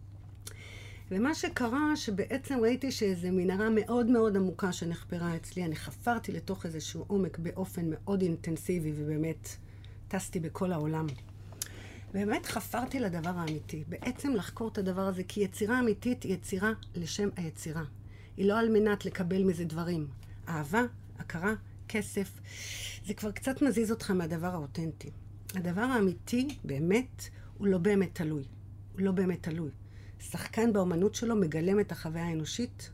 ומה שקרה, שבעצם ראיתי שאיזו מנהרה מאוד מאוד עמוקה שנחפרה אצלי, אני חפרתי לתוך איזשהו עומק באופן מאוד אינטנסיבי, ובאמת טסתי בכל העולם. באמת חפרתי לדבר האמיתי, בעצם לחקור את הדבר הזה, כי יצירה אמיתית היא יצירה לשם היצירה. היא לא על מנת לקבל מזה דברים. אהבה, הכרה, כסף, זה כבר קצת מזיז אותך מהדבר האותנטי. הדבר האמיתי, באמת, הוא לא באמת תלוי. הוא לא באמת תלוי. שחקן באומנות שלו מגלם את החוויה האנושית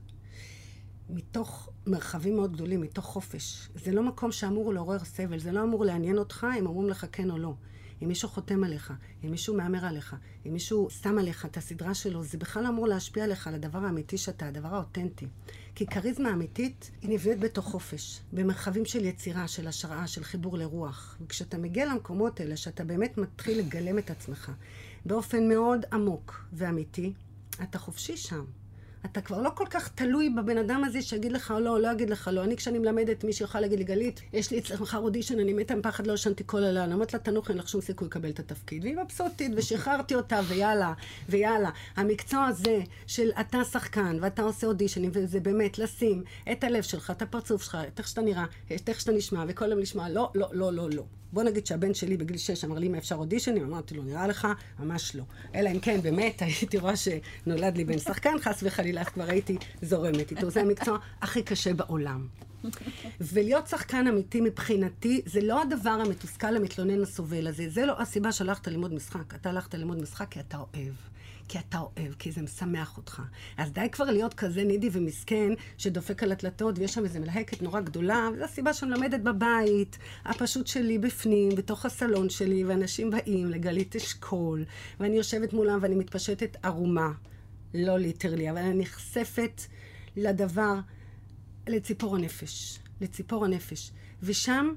מתוך מרחבים מאוד גדולים, מתוך חופש. זה לא מקום שאמור לעורר סבל, זה לא אמור לעניין אותך אם אומרים לך כן או לא. אם מישהו חותם עליך, אם מישהו מאמר עליך, אם מישהו שם עליך את הסדרה שלו, זה בכלל אמור להשפיע עליך על הדבר האמיתי שאתה, הדבר האותנטי. כי כריזמה אמיתית היא נבנית בתוך חופש, במרחבים של יצירה, של השראה, של חיבור לרוח. וכשאתה מגיע למקומות האלה, שאתה באמת מתחיל לגלם את עצמך באופן מאוד עמוק ואמיתי, אתה חופשי שם. אתה כבר לא כל כך תלוי בבן אדם הזה שיגיד לך או לא, לא יגיד לך לא. אני כשאני מלמדת, מי שיוכל להגיד לי, גלית, יש לי אצלך מחר אודישן, אני מתה מפחד, לא ישנתי כל הלילה. אני אומרת לה, תנוח, אין לך שום סיכוי לקבל את התפקיד. והיא מבסוטית, ושחררתי אותה, ויאללה, ויאללה. המקצוע הזה של אתה שחקן, ואתה עושה אודישנים, וזה באמת לשים את הלב שלך, את הפרצוף שלך, את איך שאתה נראה, את איך שאתה נשמע, וכל היום נשמע, לא, לא, לא, לא, לא. בוא נגיד שהבן שלי בגיל שש אמר לי מה אפשר אודישנים, אמרתי לו, נראה לך, ממש לא. אלא אם כן, באמת, הייתי רואה שנולד לי בן שחקן, חס וחלילה, כבר הייתי זורמת איתו. זה המקצוע הכי קשה בעולם. ולהיות שחקן אמיתי מבחינתי, זה לא הדבר המתוסכל המתלונן הסובל הזה. זה לא הסיבה שהלכת ללמוד משחק. אתה הלכת ללמוד משחק כי אתה אוהב. כי אתה אוהב, כי זה משמח אותך. אז די כבר להיות כזה נידי ומסכן, שדופק על התלתות, ויש שם איזו מלהקת נורא גדולה, וזו הסיבה שאני לומדת בבית, הפשוט שלי בפנים, בתוך הסלון שלי, ואנשים באים לגלית אשכול, ואני יושבת מולם ואני מתפשטת ערומה. לא ליטרלי, אבל אני נחשפת לדבר, לציפור הנפש. לציפור הנפש. ושם,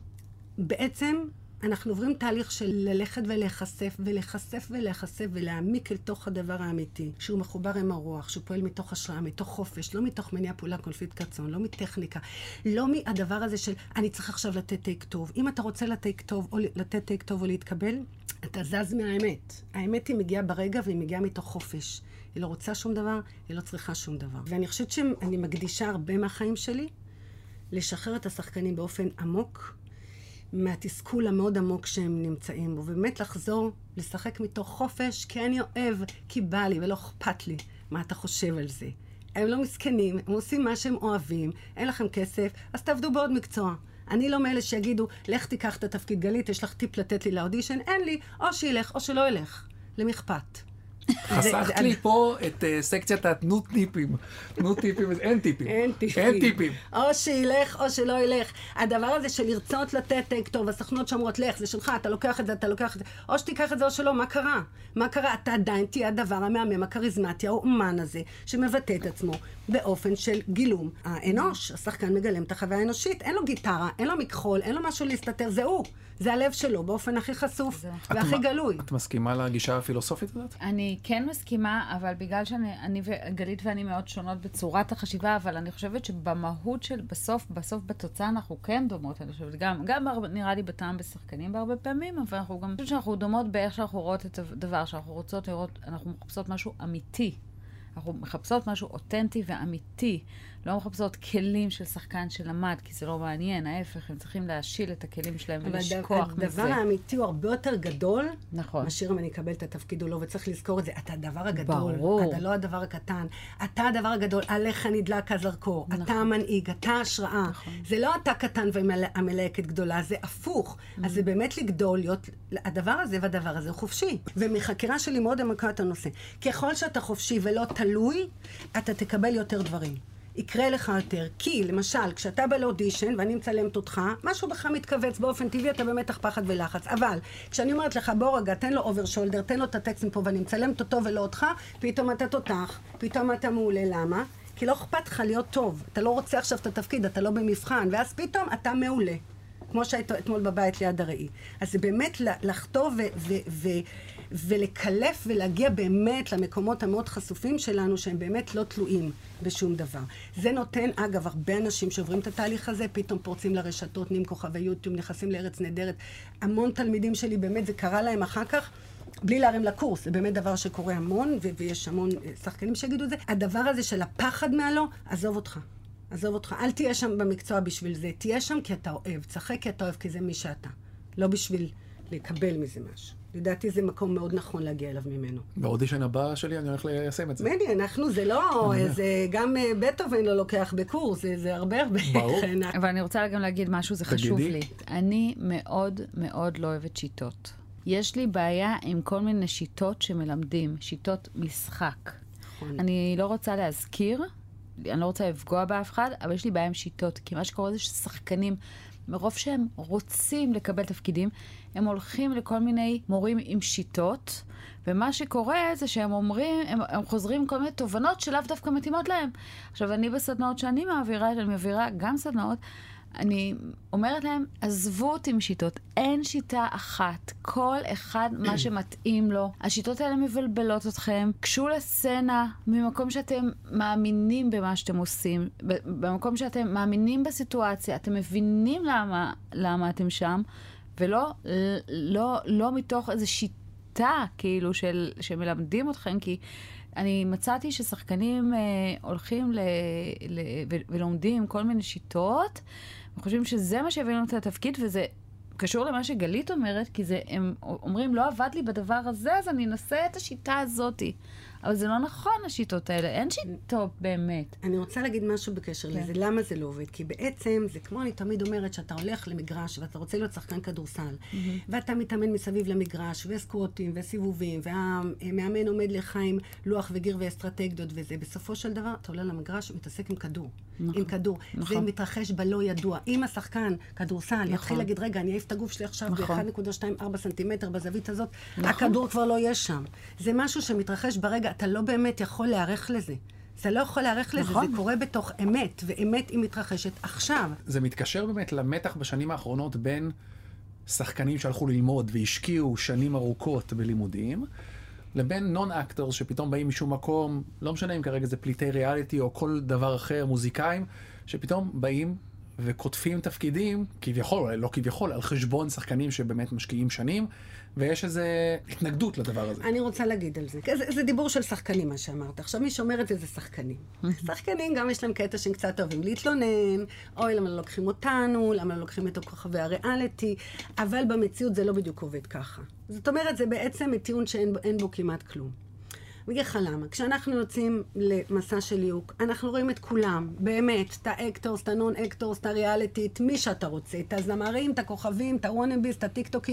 בעצם, אנחנו עוברים תהליך של ללכת ולהיחשף, ולהיחשף ולהיחשף, ולהעמיק אל תוך הדבר האמיתי, שהוא מחובר עם הרוח, שהוא פועל מתוך השראה, מתוך חופש, לא מתוך מניע פעולה קונפליקט קצון, לא מטכניקה, לא מהדבר הזה של אני צריך עכשיו לתת טייק טוב. אם אתה רוצה לתת טוב או, לתת טייק טוב או להתקבל, אתה זז מהאמת. האמת היא מגיעה ברגע והיא מגיעה מתוך חופש. היא לא רוצה שום דבר, היא לא צריכה שום דבר. ואני חושבת שאני מקדישה הרבה מהחיים שלי לשחרר את השחקנים באופן עמוק, מהתסכול המאוד עמוק שהם נמצאים בו, ובאמת לחזור, לשחק מתוך חופש, כי אני אוהב, כי בא לי ולא אכפת לי מה אתה חושב על זה. הם לא מסכנים, הם עושים מה שהם אוהבים, אין לכם כסף, אז תעבדו בעוד מקצוע. אני לא מאלה שיגידו, לך תיקח את התפקיד גלית, יש לך טיפ לתת לי לאודישן, אין לי, או שילך או שלא ילך. למי אכפת? חסכת לי פה את סקציית התנו טיפים. תנו טיפים, אין טיפים. אין טיפים. אין טיפים. או שילך או שלא ילך. הדבר הזה של לרצות לתת טייק טוב, הסוכנות שאומרות, לך, זה שלך, אתה לוקח את זה, אתה לוקח את זה. או שתיקח את זה או שלא, מה קרה? מה קרה? אתה עדיין תהיה הדבר המהמם, הכריזמטי, האומן הזה, שמבטא את עצמו באופן של גילום האנוש. השחקן מגלם את החוויה האנושית. אין לו גיטרה, אין לו מכחול, אין לו משהו להסתתר, זה הוא. זה הלב שלו, באופן הכי חשוף והכי גלוי. את מסכימה לגישה הפילוסופית הזאת? אני כן מסכימה, אבל בגלל שאני וגלית ואני מאוד שונות בצורת החשיבה, אבל אני חושבת שבמהות של בסוף, בסוף בתוצאה אנחנו כן דומות, אני חושבת, גם, גם נראה לי בטעם בשחקנים בהרבה פעמים, אבל אנחנו גם, אני חושבת שאנחנו דומות באיך שאנחנו רואות את הדבר, שאנחנו רוצות לראות, אנחנו מחפשות משהו אמיתי. אנחנו מחפשות משהו אותנטי ואמיתי. לא מחפשות כלים של שחקן שלמד, כי זה לא מעניין. ההפך, הם צריכים להשיל את הכלים שלהם ולשכוח מזה. הדבר האמיתי הוא הרבה יותר גדול. נכון. מאשר אם אני אקבל את התפקיד או לא, וצריך לזכור את זה. אתה הדבר הגדול. ברור. אתה לא הדבר הקטן. אתה הדבר הגדול. עליך נדלק הזרקור. נכון. אתה המנהיג, אתה השראה. נכון. זה לא אתה קטן והמלהקת גדולה, זה הפוך. Mm-hmm. אז זה באמת לגדול, להיות הדבר הזה והדבר הזה הוא חופשי. ומחקירה שלי מאוד עמקה את הנושא. ככל שאתה חופשי ולא תלוי, אתה תקבל יותר דברים. יקרה לך יותר, כי למשל, כשאתה בא לאודישן ואני מצלמת אותך, משהו בך מתכווץ באופן טבעי, אתה במתח פחד ולחץ. אבל כשאני אומרת לך, בוא רגע, תן לו אובר שולדר, תן לו את הטקסט מפה ואני מצלמת אותו ולא אותך, פתאום אתה תותח, פתאום אתה מעולה. למה? כי לא אכפת לך להיות טוב. אתה לא רוצה עכשיו את התפקיד, אתה לא במבחן, ואז פתאום אתה מעולה. כמו שהיית אתמול בבית ליד הראי. אז זה באמת לחתור ו- ו- ו- ולקלף ולהגיע באמת למקומות המאוד חשופים שלנו, שהם באמת לא תלויים בשום דבר. זה נותן, אגב, הרבה אנשים שעוברים את התהליך הזה, פתאום פורצים לרשתות, נהיים כוכבי יוטיוב, נכנסים לארץ נהדרת. המון תלמידים שלי, באמת זה קרה להם אחר כך, בלי להרים לקורס. זה באמת דבר שקורה המון, ו- ויש המון שחקנים שיגידו את זה. הדבר הזה של הפחד מעלו, עזוב אותך. עזוב אותך, אל תהיה שם במקצוע בשביל זה. תהיה שם כי אתה אוהב, צחק כי אתה אוהב, כי זה מי שאתה. לא בשביל לקבל מזה משהו. לדעתי זה מקום מאוד נכון להגיע אליו ממנו. באודישן הבא שלי אני הולך ליישם את זה. מני, אנחנו, זה לא, זה גם בטהובן לא לוקח בקורס, זה, זה הרבה הרבה. ברור. אבל אני רוצה גם להגיד משהו, זה חשוב לי. אני מאוד מאוד לא אוהבת שיטות. יש לי בעיה עם כל מיני שיטות שמלמדים, שיטות משחק. נכון. אני לא רוצה להזכיר, אני לא רוצה לפגוע באף אחד, אבל יש לי בעיה עם שיטות, כי מה שקורה זה ששחקנים, מרוב שהם רוצים לקבל תפקידים, הם הולכים לכל מיני מורים עם שיטות, ומה שקורה זה שהם אומרים, הם, הם חוזרים כל מיני תובנות שלאו דווקא מתאימות להם. עכשיו, אני בסדנאות שאני מעבירה, אני מעבירה גם סדנאות, אני אומרת להם, עזבו אותי עם שיטות. אין שיטה אחת. כל אחד מה שמתאים לו. השיטות האלה מבלבלות אתכם. קשו לסצנה ממקום שאתם מאמינים במה שאתם עושים. במקום שאתם מאמינים בסיטואציה. אתם מבינים למה, למה אתם שם. ולא לא, לא מתוך איזו שיטה כאילו של, שמלמדים אתכם. כי אני מצאתי ששחקנים אה, הולכים ל, ל, ו, ולומדים כל מיני שיטות, וחושבים שזה מה שהביא לנו את התפקיד, וזה קשור למה שגלית אומרת, כי זה, הם אומרים, לא עבד לי בדבר הזה, אז אני אנסה את השיטה הזאת. אבל זה לא נכון, השיטות האלה. אין שיטות באמת. אני רוצה להגיד משהו בקשר לזה. למה זה לא עובד? כי בעצם, זה כמו אני תמיד אומרת, שאתה הולך למגרש, ואתה רוצה להיות שחקן כדורסל, ואתה מתאמן מסביב למגרש, וסקווטים, וסיבובים, והמאמן עומד לך עם לוח וגיר ואסטרטגיות וזה. בסופו של דבר, אתה עולה למגרש ומתעסק עם כדור. עם כדור. זה מתרחש בלא ידוע. אם השחקן כדורסל יתחיל להגיד, רגע, אני אעיף את הגוף שלי עכשיו ב-אחת נקודה עשרים וארבע סנטימטר בזווית הזאת, הכדור כבר לא יהיה שם. זה משהו שמתרחש ברגע, אתה לא באמת יכול להיערך לזה. זה לא יכול להיערך לזה, זה קורה בתוך אמת, ואמת היא מתרחשת עכשיו. זה מתקשר באמת למתח בשנים האחרונות בין שחקנים שהלכו ללמוד והשקיעו שנים ארוכות בלימודים, לבין נון-אקטורס שפתאום באים משום מקום, לא משנה אם כרגע זה פליטי ריאליטי או כל דבר אחר, מוזיקאים, שפתאום באים וכותפים תפקידים, כביכול, לא כביכול, על חשבון שחקנים שבאמת משקיעים שנים, ויש איזו התנגדות לדבר הזה. אני רוצה להגיד על זה. זה, זה דיבור של שחקנים, מה שאמרת. עכשיו, מי שאומר את זה, זה שחקנים. שחקנים גם יש להם קטע שהם קצת אוהבים להתלונן, אוי, למה לא לוקחים אותנו, למה לא לוקחים את כוכבי הריאליטי, אבל במציאות זה לא בדיוק עובד ככה. זאת אומרת, זה בעצם טיעון שאין בו כמעט כלום. ואגיד לך למה, כשאנחנו יוצאים למסע של ליהוק, אנחנו רואים את כולם, באמת, את האקטורס, את הנון-אקטורס, את הריאליטי, את מי שאתה רוצה, את הזמרים, את הכוכבים, את הוואנאביס, את הטיקטוקים,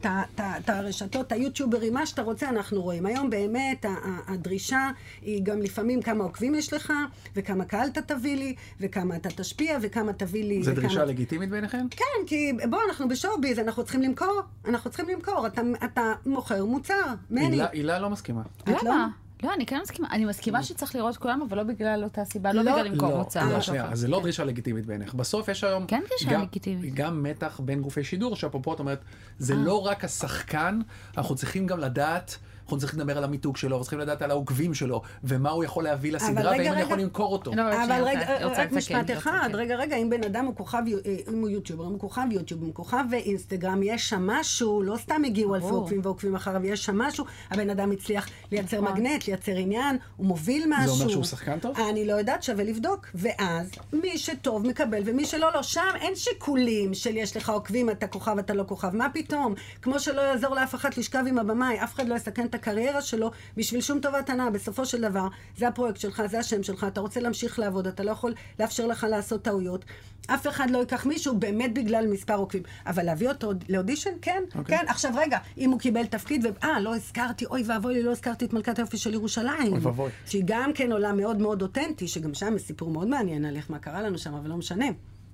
את הרשתות, את היוטיוברים, מה שאתה רוצה אנחנו רואים. היום באמת הדרישה היא גם לפעמים כמה עוקבים יש לך, וכמה קהל אתה תביא לי, וכמה אתה תשפיע, וכמה תביא לי... זה דרישה לגיטימית בעיניכם? כן, כי בוא, אנחנו בשואו-ביז, אנחנו צריכים למכור, אנחנו צריכים למכור, אתה מוכר מוצר, מני. הילה לא מסכימה. למה? לא, אני כן מסכימה. אני מסכימה שצריך לראות כולם, אבל לא בגלל אותה סיבה, לא בגלל למכור מוצר. לא, שנייה, אז זה לא דרישה לגיטימית בעיניך. בסוף יש היום כן דרישה לגיטימית. גם מתח בין גופי שידור, שאפרופו את אומרת, זה לא רק השחקן, אנחנו צריכים גם לדעת, אנחנו צריכים לדבר על המיתוג שלו, צריכים לדעת על העוקבים שלו, ומה הוא יכול להביא לסדרה, ואם אני יכול למכור אותו. אבל רגע, רק משפט אחד, רגע, רגע, אם בן אדם הוא כוכב, אם הוא יוטיובר, אם הוא כוכב יוטיוב, אם הוא כוכב ואינסטגרם, יש שם משהו, לא סתם הגיעו אלפי עוקבים ועוקבים אחריו, יש שם משהו, הבן אדם הצליח לייצר מגנט, לייצר עניין, הוא מוביל משהו. זה אומר שהוא שחקן טוב? אני לא יודעת, שווה לבדוק. ואז, מי שטוב מקבל, ומי שלא, לא. שם אין שיקולים של יש לך עוקבים, אתה כוכב, אתה לא כוכב. מה פתאום? כמו שלא יעזור לאף אחד לשכב עם הבמאי, אף אחד לא יסכן את הקריירה שלו בשביל שום טובת הנאה. בסופו של דבר, זה הפרויקט שלך, זה השם שלך, אתה רוצה להמשיך לעבוד, אתה לא יכול לאפשר לך לעשות טעויות. אף אחד לא ייקח מישהו באמת בגלל מספר עוקבים. אבל להביא אותו לאודישן? כן, okay. כן. עכשיו רגע, אם הוא קיבל תפקיד, ואה, לא הזכרתי, אוי ואבוי לי, לא הזכרתי את מלכת היופי של ירושלים. אוי ואבוי. שהיא גם כן עולה מאוד מאוד אותנטי, שגם שם יש סיפור מאוד מעניין על איך מה קרה לנו שם, אבל לא משנה.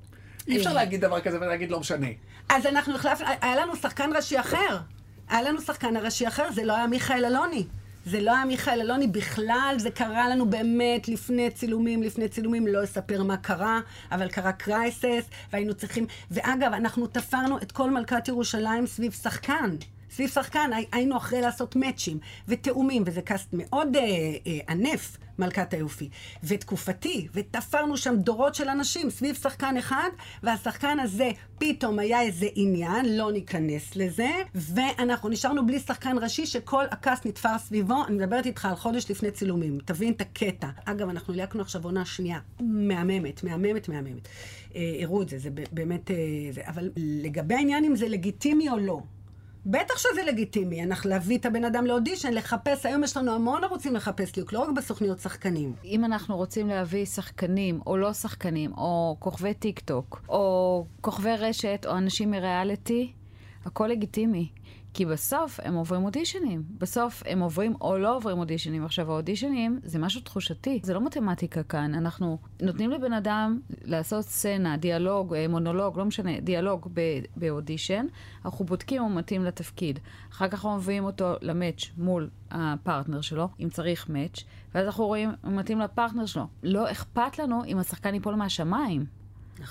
אי אפשר להגיד דבר כזה ולהגיד לא משנה. אז אנחנו החלפנו, היה לנו שחקן ראשי אחר. היה לנו שחקן הראשי אחר, זה לא היה מיכאל אלוני. זה לא היה מיכאל אלוני בכלל, זה קרה לנו באמת לפני צילומים, לפני צילומים, לא אספר מה קרה, אבל קרה קרייסס, והיינו צריכים, ואגב, אנחנו תפרנו את כל מלכת ירושלים סביב שחקן. סביב שחקן, היינו אחרי לעשות מאצ'ים ותאומים, וזה קאסט מאוד אה, אה, ענף, מלכת היופי, ותקופתי, ותפרנו שם דורות של אנשים סביב שחקן אחד, והשחקן הזה פתאום היה איזה עניין, לא ניכנס לזה, ואנחנו נשארנו בלי שחקן ראשי שכל הקאסט נתפר סביבו. אני מדברת איתך על חודש לפני צילומים, תבין את הקטע. אגב, אנחנו ליהקנו עכשיו עונה שנייה, מהממת, מהממת, מהממת. אה, הראו את זה, זה באמת, אה, זה, אבל לגבי העניין אם זה לגיטימי או לא, בטח שזה לגיטימי, אנחנו להביא את הבן אדם לאודישן, לחפש, היום יש לנו המון ערוצים לחפש ליהוק, לא רק בסוכניות שחקנים. אם אנחנו רוצים להביא שחקנים או לא שחקנים, או כוכבי טיק טוק, או כוכבי רשת, או אנשים מריאליטי, הכל לגיטימי. כי בסוף הם עוברים אודישנים. בסוף הם עוברים או לא עוברים אודישנים. עכשיו, האודישנים זה משהו תחושתי. זה לא מתמטיקה כאן. אנחנו נותנים לבן אדם לעשות סצנה, דיאלוג, מונולוג, לא משנה, דיאלוג באודישן. אנחנו בודקים הוא מתאים לתפקיד. אחר כך אנחנו מביאים אותו למאץ' מול הפרטנר שלו, אם צריך מאץ', ואז אנחנו רואים הוא מתאים לפרטנר שלו. לא אכפת לנו אם השחקן ייפול מהשמיים. נכון.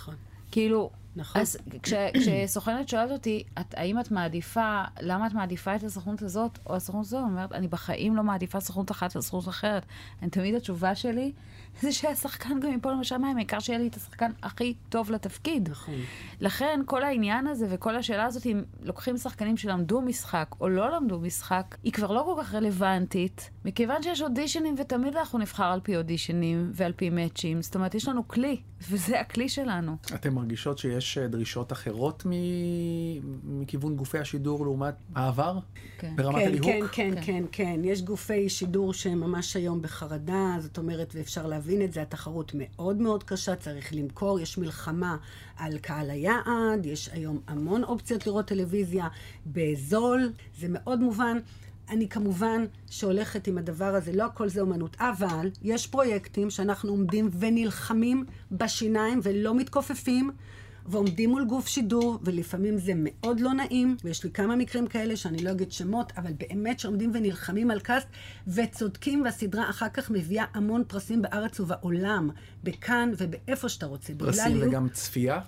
כאילו, נכון. אז כש, כשסוכנת שואלת אותי, את, האם את מעדיפה, למה את מעדיפה את הסוכנות הזאת או הסוכנות הזאת? אני אומרת, אני בחיים לא מעדיפה סוכנות אחת או סוכנות אחרת. אני תמיד התשובה שלי, זה שהשחקן גם מפה למשל מים, העיקר שיהיה לי את השחקן הכי טוב לתפקיד. נכון. לכן, כל העניין הזה וכל השאלה הזאת, אם לוקחים שחקנים שלמדו משחק או לא למדו משחק, היא כבר לא כל כך רלוונטית, מכיוון שיש אודישנים, ותמיד אנחנו נבחר על פי אודישנים ועל פי מאצ'ים. זאת אומרת, יש לנו כלי, וזה הכלי שלנו. אתם מרגישות שיש דרישות אחרות מכיוון גופי השידור לעומת העבר? כן. ברמת כן, הליהוק? כן, כן, כן, כן. יש גופי שידור שהם ממש היום בחרדה, זאת אומרת, ואפשר להבין את זה, התחרות מאוד מאוד קשה, צריך למכור, יש מלחמה על קהל היעד, יש היום המון אופציות לראות טלוויזיה בזול, זה מאוד מובן. אני כמובן שהולכת עם הדבר הזה, לא הכל זה אומנות, אבל יש פרויקטים שאנחנו עומדים ונלחמים בשיניים ולא מתכופפים, ועומדים מול גוף שידור, ולפעמים זה מאוד לא נעים, ויש לי כמה מקרים כאלה שאני לא אגיד שמות, אבל באמת שעומדים ונלחמים על קאסט, וצודקים, והסדרה אחר כך מביאה המון פרסים בארץ ובעולם, בכאן ובאיפה שאתה רוצה. פרסים וגם צפייה?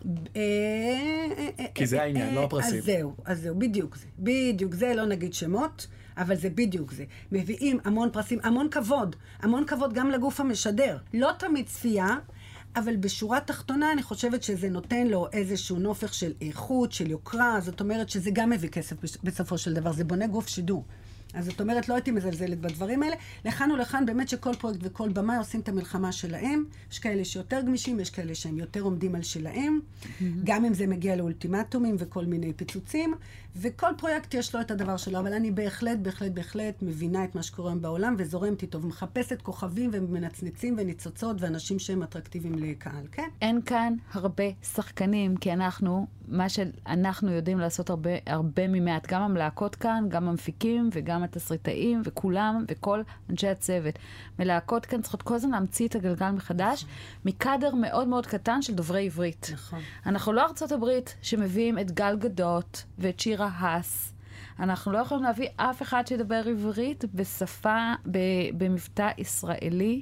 כי זה העניין, לא הפרסים. אז זהו, אז זהו, בדיוק זה. בדיוק זה, לא נגיד שמות, אבל זה בדיוק זה. מביאים המון פרסים, המון כבוד, המון כבוד גם לגוף המשדר. לא תמיד צפייה, אבל בשורה תחתונה אני חושבת שזה נותן לו איזשהו נופך של איכות, של יוקרה, זאת אומרת שזה גם מביא כסף בסופו של דבר, זה בונה גוף שידור. אז זאת אומרת, לא הייתי מזלזלת בדברים האלה. לכאן ולכאן באמת שכל פרויקט וכל במה עושים את המלחמה שלהם. יש כאלה שיותר גמישים, יש כאלה שהם יותר עומדים על שלהם. Mm-hmm. גם אם זה מגיע לאולטימטומים וכל מיני פיצוצים. וכל פרויקט יש לו את הדבר שלו. אבל אני בהחלט, בהחלט, בהחלט מבינה את מה שקורה בעולם וזורמתי טוב. מחפשת כוכבים ומנצנצים וניצוצות ואנשים שהם אטרקטיביים לקהל, כן? אין כאן הרבה שחקנים, כי אנחנו, מה שאנחנו יודעים לעשות הרבה, הרבה ממעט. גם המלהקות כאן, גם המפיקים וגם התסריטאים וכולם וכל אנשי הצוות. מלהקות כאן צריכות כל הזמן להמציא את הגלגל מחדש, מקדר מאוד מאוד קטן של דוברי עברית. נכון. אנחנו לא ארצות הברית שמביאים את גל גדות ואת שירה האס. אנחנו לא יכולים להביא אף אחד שידבר עברית בשפה, במבטא ישראלי,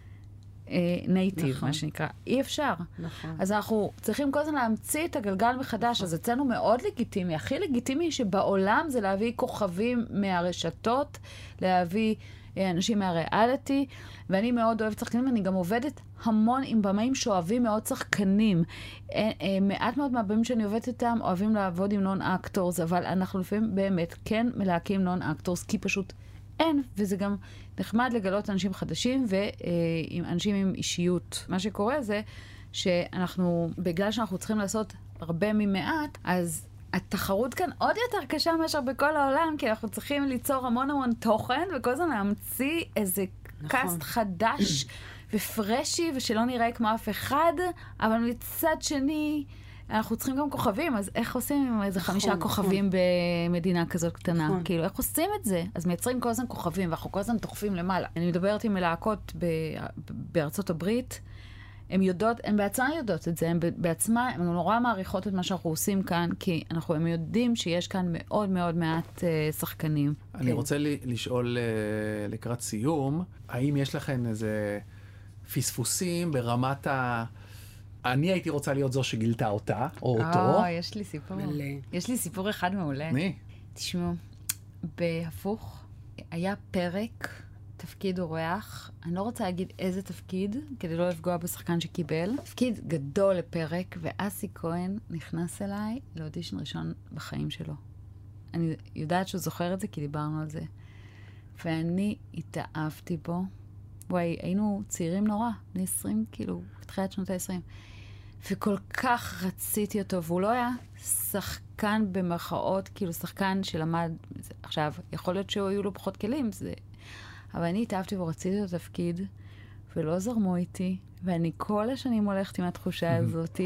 נייטיב, נכון. מה שנקרא. אי אפשר. נכון. אז אנחנו צריכים כל הזמן להמציא את הגלגל מחדש, נכון. אז אצלנו מאוד לגיטימי. הכי לגיטימי שבעולם זה להביא כוכבים מהרשתות, להביא אנשים מהריאליטי, ואני מאוד אוהבת שחקנים, אני גם עובדת המון עם במאים שאוהבים מאוד שחקנים. מעט מאוד מהבמים שאני עובדת איתם אוהבים לעבוד עם נון-אקטורס, אבל אנחנו לפעמים באמת כן מלהקים נון-אקטורס, כי פשוט אין, וזה גם נחמד לגלות אנשים חדשים ועם אנשים עם אישיות. מה שקורה זה שאנחנו, בגלל שאנחנו צריכים לעשות הרבה ממעט, אז התחרות כאן עוד יותר קשה מאשר בכל העולם, כי אנחנו צריכים ליצור המון המון תוכן, וכל הזמן להמציא איזה נכון. קאסט חדש ופרשי, ושלא נראה כמו אף אחד, אבל מצד שני, אנחנו צריכים גם כוכבים, אז איך עושים עם איזה נכון, חמישה נכון. כוכבים במדינה כזאת קטנה? נכון. כאילו, איך עושים את זה? אז מייצרים כל הזמן כוכבים, ואנחנו כל הזמן דוחפים למעלה. אני מדברת עם מלהקות בארצות הברית, הן יודעות, הן בעצמן יודעות את זה, הן בעצמן, הן נורא מעריכות את מה שאנחנו עושים כאן, כי אנחנו הם יודעים שיש כאן מאוד מאוד מעט uh, שחקנים. אני כן. רוצה לי, לשאול uh, לקראת סיום, האם יש לכם איזה פספוסים ברמת ה... אני הייתי רוצה להיות זו שגילתה אותה, או אותו. או, יש לי סיפור. מלא. יש לי סיפור אחד מעולה. מי? תשמעו, בהפוך, היה פרק... תפקיד אורח, אני לא רוצה להגיד איזה תפקיד, כדי לא לפגוע בשחקן שקיבל. תפקיד גדול לפרק, ואסי כהן נכנס אליי לאודישן ראשון בחיים שלו. אני יודעת שהוא זוכר את זה, כי דיברנו על זה. ואני התאהבתי בו. וואי, היינו צעירים נורא, בני עשרים, כאילו, בתחילת שנות ה-עשרים. וכל כך רציתי אותו, והוא לא היה שחקן במרכאות, כאילו שחקן שלמד, עכשיו, יכול להיות שהיו לו פחות כלים, זה... אבל אני התאהבתי ורציתי את התפקיד, ולא זרמו איתי, ואני כל השנים הולכת עם התחושה הזאת,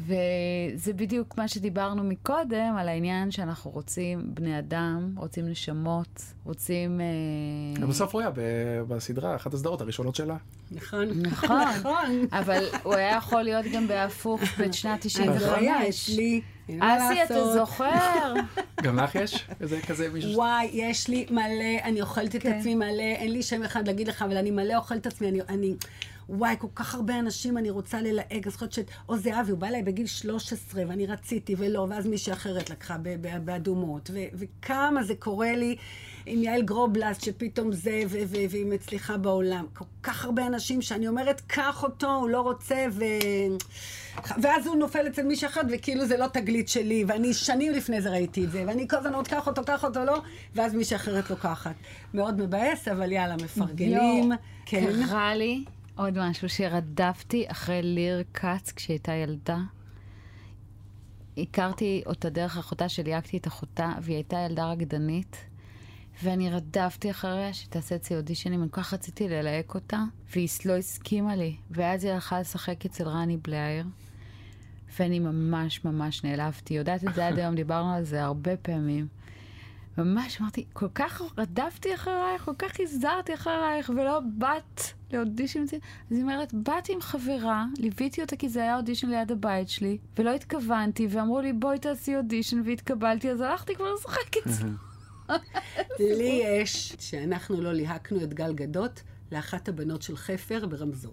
וזה בדיוק מה שדיברנו מקודם, על העניין שאנחנו רוצים בני אדם, רוצים נשמות, רוצים... בסוף הוא היה בסדרה, אחת הסדרות הראשונות שלה. נכון. נכון. אבל הוא היה יכול להיות גם בהפוך בשנת תשעים וחמש. אז היה, יש לי... אסי, אתה זוכר? גם לך יש? איזה כזה מישהו? וואי, יש לי מלא, אני אוכלת את עצמי מלא, אין לי שם אחד להגיד לך, אבל אני מלא אוכלת את עצמי, אני... וואי, כל כך הרבה אנשים אני רוצה ללהג, אז חושבת שאת, או זהבי, הוא בא אליי בגיל שלוש עשרה, ואני רציתי ולא, ואז מישהי אחרת לקחה באדומות, ו- וכמה זה קורה לי עם יעל גרובלס, שפתאום זה, ו- ו- והיא מצליחה בעולם. כל כך הרבה אנשים שאני אומרת, קח אותו, הוא לא רוצה, ו... ואז הוא נופל אצל מישהו אחד, וכאילו זה לא תגלית שלי, ואני שנים לפני זה ראיתי את זה, ואני כל הזמן עוד קח אותו, קח אותו, לא, ואז מישהו אחרת לוקחת. מאוד מבאס, אבל יאללה, מפרגנים. כן. קרה לי עוד משהו שרדפתי אחרי ליר קץ כשהייתה ילדה. הכרתי אותה דרך אחותה שלי, ליהקתי את אחותה, והיא הייתה ילדה רקדנית, ואני רדפתי אחריה שתעשה אצלי אודישנים, אני כל כך רציתי ללהק אותה, והיא לא הסכימה לי, ואז היא הלכה לשחק אצל רני בלאייר, ואני ממש ממש נעלבתי. יודעת את זה עד היום, דיברנו על זה הרבה פעמים. ממש אמרתי, כל כך רדפתי אחרייך, כל כך הזרתי אחרייך, ולא באת לאודישן. אז היא אומרת, באתי עם חברה, ליוויתי אותה כי זה היה אודישן ליד הבית שלי, ולא התכוונתי, ואמרו לי, בואי תעשי אודישן, והתקבלתי, אז הלכתי כבר לשחק אצלי. לי יש, שאנחנו לא ליהקנו את גל גדות, לאחת הבנות של חפר ברמזור.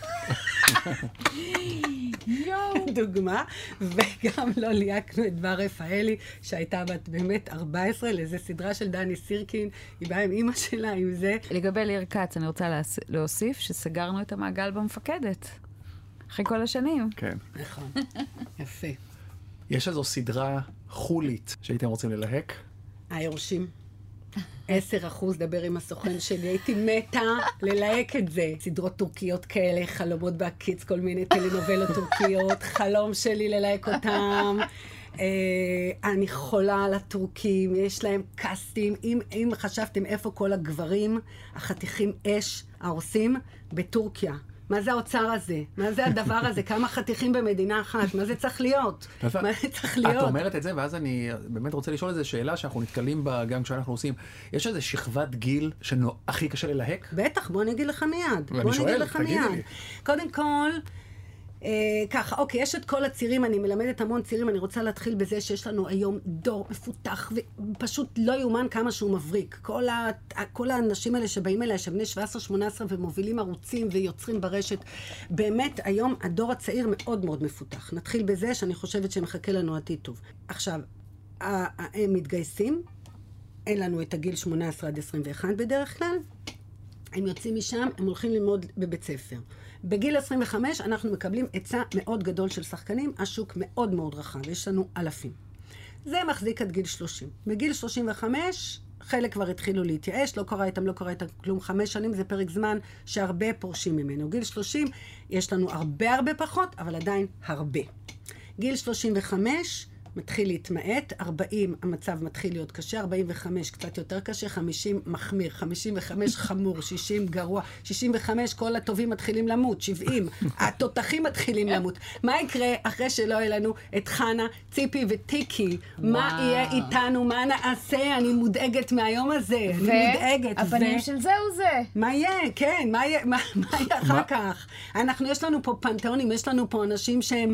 דוגמה, וגם לא ליהקנו את בר רפאלי, שהייתה בת באמת ארבע עשרה, לאיזה סדרה של דני סירקין, היא באה עם אמא שלה, עם זה. לגבי ליר קץ, אני רוצה להוסיף שסגרנו את המעגל במפקדת. אחרי כל השנים. כן. נכון. יפה. יש איזו סדרה חולית שהייתם רוצים ללהק? היורשים. עשר אחוז דבר עם הסוכן שלי, הייתי מתה ללהק את זה. סדרות טורקיות כאלה, חלומות בהקיץ, כל מיני טלנובלות טורקיות, חלום שלי ללהק אותם. אני חולה על הטורקים, יש להם קאסטים. אם, אם חשבתם איפה כל הגברים, החתיכים אש, העושים, בטורקיה. מה זה האוצר הזה? מה זה הדבר הזה? כמה חתיכים במדינה אחת? מה זה צריך להיות? מה זה צריך להיות? את אומרת את זה, ואז אני באמת רוצה לשאול איזו שאלה שאנחנו נתקלים בה גם כשאנחנו עושים. יש איזו שכבת גיל שהכי קשה ללהק? בטח, בוא אני אגיד לך מיד. ואני שואל, תגידי לי. קודם כל, אה, ככה, אוקיי, יש את כל הצירים, אני מלמדת המון צירים, אני רוצה להתחיל בזה שיש לנו היום דור מפותח, ופשוט לא יאומן כמה שהוא מבריק. כל, ה, כל האנשים האלה שבאים אליי, שבני שבע עשרה שמונה עשרה ומובילים ערוצים ויוצרים ברשת, באמת היום הדור הצעיר מאוד מאוד מפותח. נתחיל בזה שאני חושבת שמחכה לנו עתיד טוב. עכשיו, הם מתגייסים, אין לנו את הגיל שמונה עשרה עד עשרים ואחת בדרך כלל, הם יוצאים משם, הם הולכים ללמוד בבית ספר. בגיל עשרים וחמש אנחנו מקבלים היצע מאוד גדול של שחקנים, השוק מאוד מאוד רחב, יש לנו אלפים. זה מחזיק עד גיל שלושים. בגיל שלושים וחמש, חלק כבר התחילו להתייאש, לא קרה איתם, לא קרה איתם כלום. חמש שנים זה פרק זמן שהרבה פורשים ממנו. גיל שלושים, יש לנו הרבה הרבה פחות, אבל עדיין הרבה. גיל שלושים וחמש, מתחיל להתמעט, ארבעים המצב מתחיל להיות קשה, ארבעים וחמש קצת יותר קשה, חמישים מחמיר, חמישים וחמש חמור, שישים גרוע, שישים וחמש כל הטובים מתחילים למות, שבעים, התותחים מתחילים למות. מה יקרה אחרי שלא יהיה לנו את חנה, ציפי וטיקי? מה יהיה איתנו? מה נעשה? אני מודאגת מהיום הזה, אני מודאגת. והבנים של זהו זה. מה יהיה? כן, מה יהיה, מה יהיה אחר כך? אנחנו, יש לנו פה פנתיאונים, יש לנו פה אנשים שהם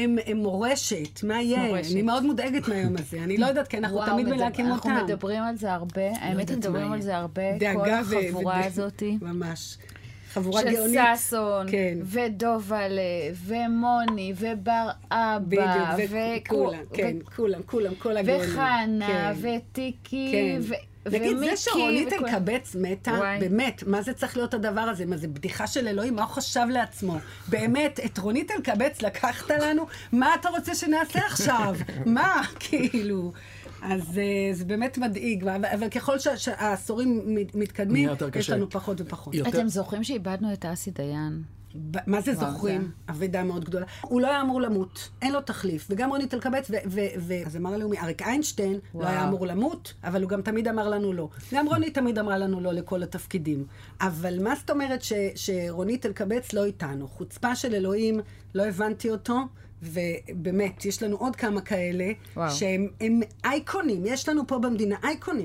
מורשת, מה יהיה? אני מאוד מודאגת מהיום הזה, אני לא יודעת, כי אנחנו תמיד מלהקים אותם. אנחנו מדברים על זה הרבה, האמת מדברים על זה הרבה, כל החבורה הזאת. ממש. חבורה גאונית. של ססון, ודובלה, ומוני, ובר אבא, וכולם, כן, כולם, כולם, כל הגאונים. וחנה, וטיקי, נגיד, זה שרונית אלקבץ מתה, באמת, מה זה צריך להיות הדבר הזה? מה זה בדיחה של אלוהים? מה הוא חשב לעצמו? באמת, את רונית אלקבץ לקחת לנו? מה אתה רוצה שנעשה עכשיו? מה? כאילו... אז זה באמת מדאיג, אבל ככל שהעשורים מתקדמים, יש לנו פחות ופחות. אתם זוכרים שאיבדנו את אסי דיין? מה זה זוכרים? אבדה מאוד גדולה. הוא לא היה אמור למות, אין לו תחליף. וגם רונית אלקבץ, והזמר הלאומי, אריק איינשטיין, לא היה אמור למות, אבל הוא גם תמיד אמר לנו לא. גם רונית תמיד אמרה לנו לא לכל התפקידים. אבל מה זאת אומרת שרונית אלקבץ לא איתנו? חוצפה של אלוהים, לא הבנתי אותו, ובאמת, יש לנו עוד כמה כאלה, שהם אייקונים, יש לנו פה במדינה אייקונים.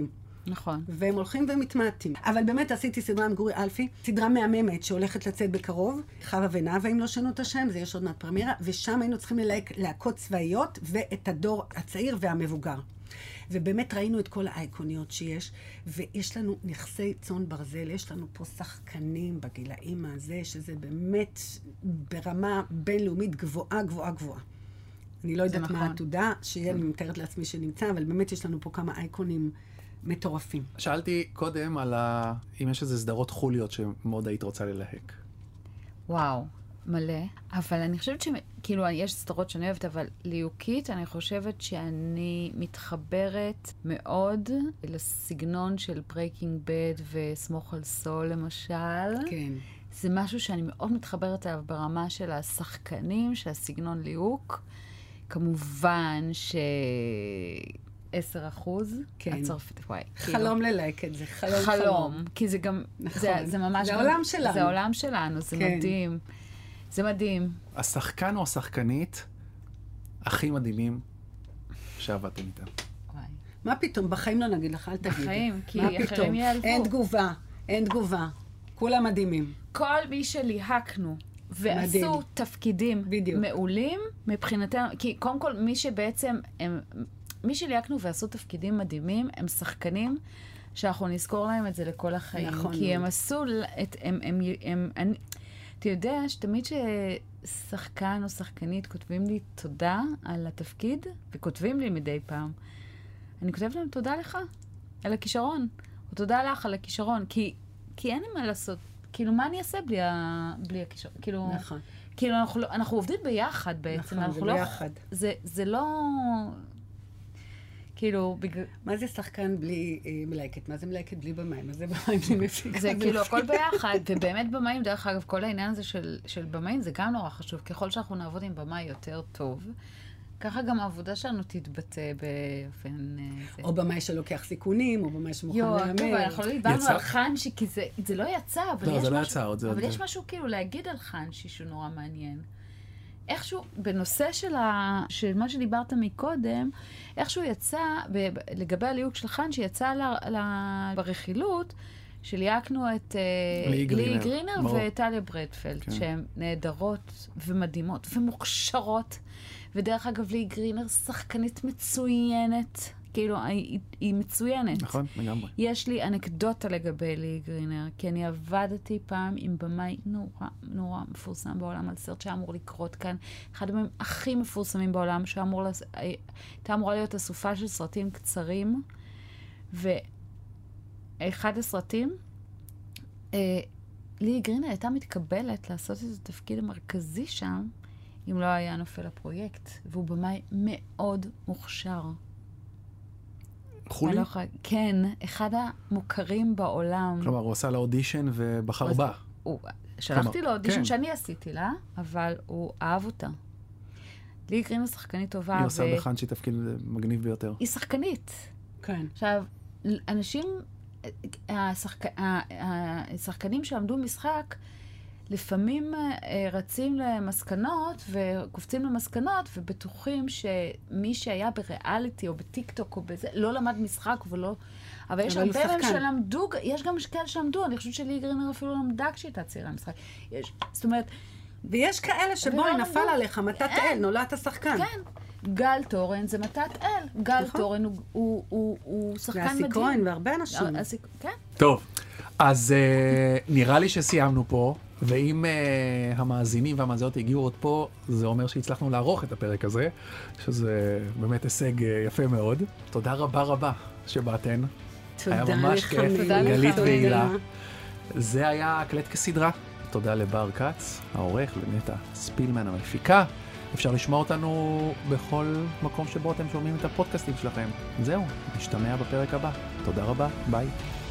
נכון. והם הולכים ומתמעטים. אבל באמת עשיתי סדרה עם גורי אלפי, סדרה מהממת שהולכת לצאת בקרוב, חווה ונאווה, אם לא שנו את השם, זה יש עוד מעט פרמירה, ושם היינו צריכים ללהק להקות צבאיות ואת הדור הצעיר והמבוגר. ובאמת ראינו את כל האייקוניות שיש, ויש לנו נכסי צאן ברזל, יש לנו פה שחקנים בגילאים הזה, שזה באמת ברמה בינלאומית גבוהה, גבוהה, גבוהה. אני לא יודעת נכון. מה העתודה, שיהיה לי מתארת לעצמי שנמצא, אבל באמת יש לנו פה כמה אייקונים מטורפים. שאלתי קודם על ה... אם יש איזה סדרות חוליות שמאוד היית רוצה ללהק. וואו, מלא. אבל אני חושבת שכאילו, יש סדרות שאני אוהבת, אבל ליהוקית, אני חושבת שאני מתחברת מאוד לסגנון של Breaking Bad וסמוך על סול, למשל. כן. זה משהו שאני מאוד מתחברת אליו ברמה של השחקנים, של הסגנון ליהוק. כמובן ש... עשר אחוז, כן. הצרפת, וואי. חלום כאילו. ללהק את זה, חלום חלום. חלום. כי זה גם, נכון. זה, זה ממש... זה העולם שלנו. זה העולם שלנו, זה כן. מדהים. זה מדהים. השחקן או השחקנית הכי מדהימים שעבדתם איתם. וואי. מה פתאום? בחיים לא נגיד לך, אל תגידי. בחיים, כי אחרים ייעלבו. אין תגובה, אין תגובה. כולם מדהימים. כל מי שליהקנו ועשו מדהים. תפקידים בדיוק. מעולים מבחינתנו, כי קודם כל מי שבעצם הם... מי שליהקנו ועשו תפקידים מדהימים, הם שחקנים שאנחנו נזכור להם את זה לכל החיים. נכון. כי הם עשו את... הם, הם, הם, הם, אתה יודע שתמיד ששחקן או שחקנית כותבים לי תודה על התפקיד, וכותבים לי מדי פעם, אני כותבת להם תודה לך על הכישרון, או תודה לך על הכישרון, כי, כי אין לי מה לעשות. כאילו, מה אני אעשה בלי, ה, בלי הכישרון? כאילו, נכון. כאילו, אנחנו, אנחנו עובדים ביחד בעצם. נכון, זה לא, ביחד. זה, זה לא... כאילו, בגלל... מה זה שחקן בלי אה, מלהקת? מה זה מלהקת בלי במים? מה זה במים בלי מפיקה? זה כאילו הכל ביחד, ובאמת במים, דרך אגב, כל העניין הזה של, של במים זה גם נורא חשוב. ככל שאנחנו נעבוד עם במאי יותר טוב, ככה גם העבודה שלנו תתבטא באופן... זה. או במאי שלוקח סיכונים, או במאי שמוכן להאמר. יו, טוב, אנחנו לא דיברנו על חנשי, כי זה, זה לא יצא, אבל, לא, יש, זה משהו, לא יצא, עוד זה אבל עוד יש משהו כאילו להגיד על חנשי שהוא נורא מעניין. איכשהו, בנושא של, ה... של מה שדיברת מקודם, איכשהו יצא, ב... לגבי הליהוק של חנשי, יצא ל... ל... ברכילות, שליהקנו את לי גרינר, גרינר וטליה ברדפלד, כן. שהן נהדרות ומדהימות ומוכשרות. ודרך אגב, לי גרינר שחקנית מצוינת. כאילו, היא, היא מצוינת. נכון, לגמרי. יש לי אנקדוטה לגבי לי גרינר, כי אני עבדתי פעם עם במאי נורא, נורא מפורסם בעולם, על סרט שאמור לקרות כאן. אחד המהם הכי מפורסמים בעולם, שאמור, לס... הייתה אמורה להיות אסופה של סרטים קצרים, ואחד הסרטים, אה, לי גרינר הייתה מתקבלת לעשות את התפקיד המרכזי שם, אם לא היה נופל הפרויקט, והוא במאי מאוד מוכשר. חולי? לא חי... כן, אחד המוכרים בעולם. כלומר, הוא עשה לה אודישן ובחר הוא... בה. הוא... שלחתי כלומר, לו אודישן כן. שאני עשיתי לה, אבל הוא אהב אותה. לי גרינר שחקנית טובה. היא עושה ו... בחנשי תפקיד מגניב ביותר. היא שחקנית. כן. עכשיו, אנשים, השחק... השחקנים שעמדו משחק, לפעמים אה, רצים למסקנות וקופצים למסקנות ובטוחים שמי שהיה בריאליטי או בטיקטוק או בזה, לא למד משחק ולא... אבל יש הרבה מהם שלמדו, יש גם כאלה שלמדו, אני חושבת שלי גרינר אפילו למדה כשהייתה צעירה משחק. יש, זאת אומרת... ויש כאלה שבואי נפל עליך, מתת אל, נולדת השחקן. כן. גל תורן זה מתת אל. גל תורן הוא, הוא, הוא, הוא שחקן מדהים. ואסי כהן והרבה אנשים. כן. טוב, אז נראה לי שסיימנו פה. ואם uh, המאזינים והמאזינות הגיעו עוד פה, זה אומר שהצלחנו לערוך את הפרק הזה, שזה באמת הישג uh, יפה מאוד. תודה רבה רבה שבאתן. תודה לך. היה ממש כיף, גלית והילה. זה היה הקלט כסדרה. תודה לבר קץ, העורך, לנטע ספילמן המפיקה. אפשר לשמוע אותנו בכל מקום שבו אתם שומעים את הפודקאסטים שלכם. זהו, נשתמע בפרק הבא. תודה רבה, ביי.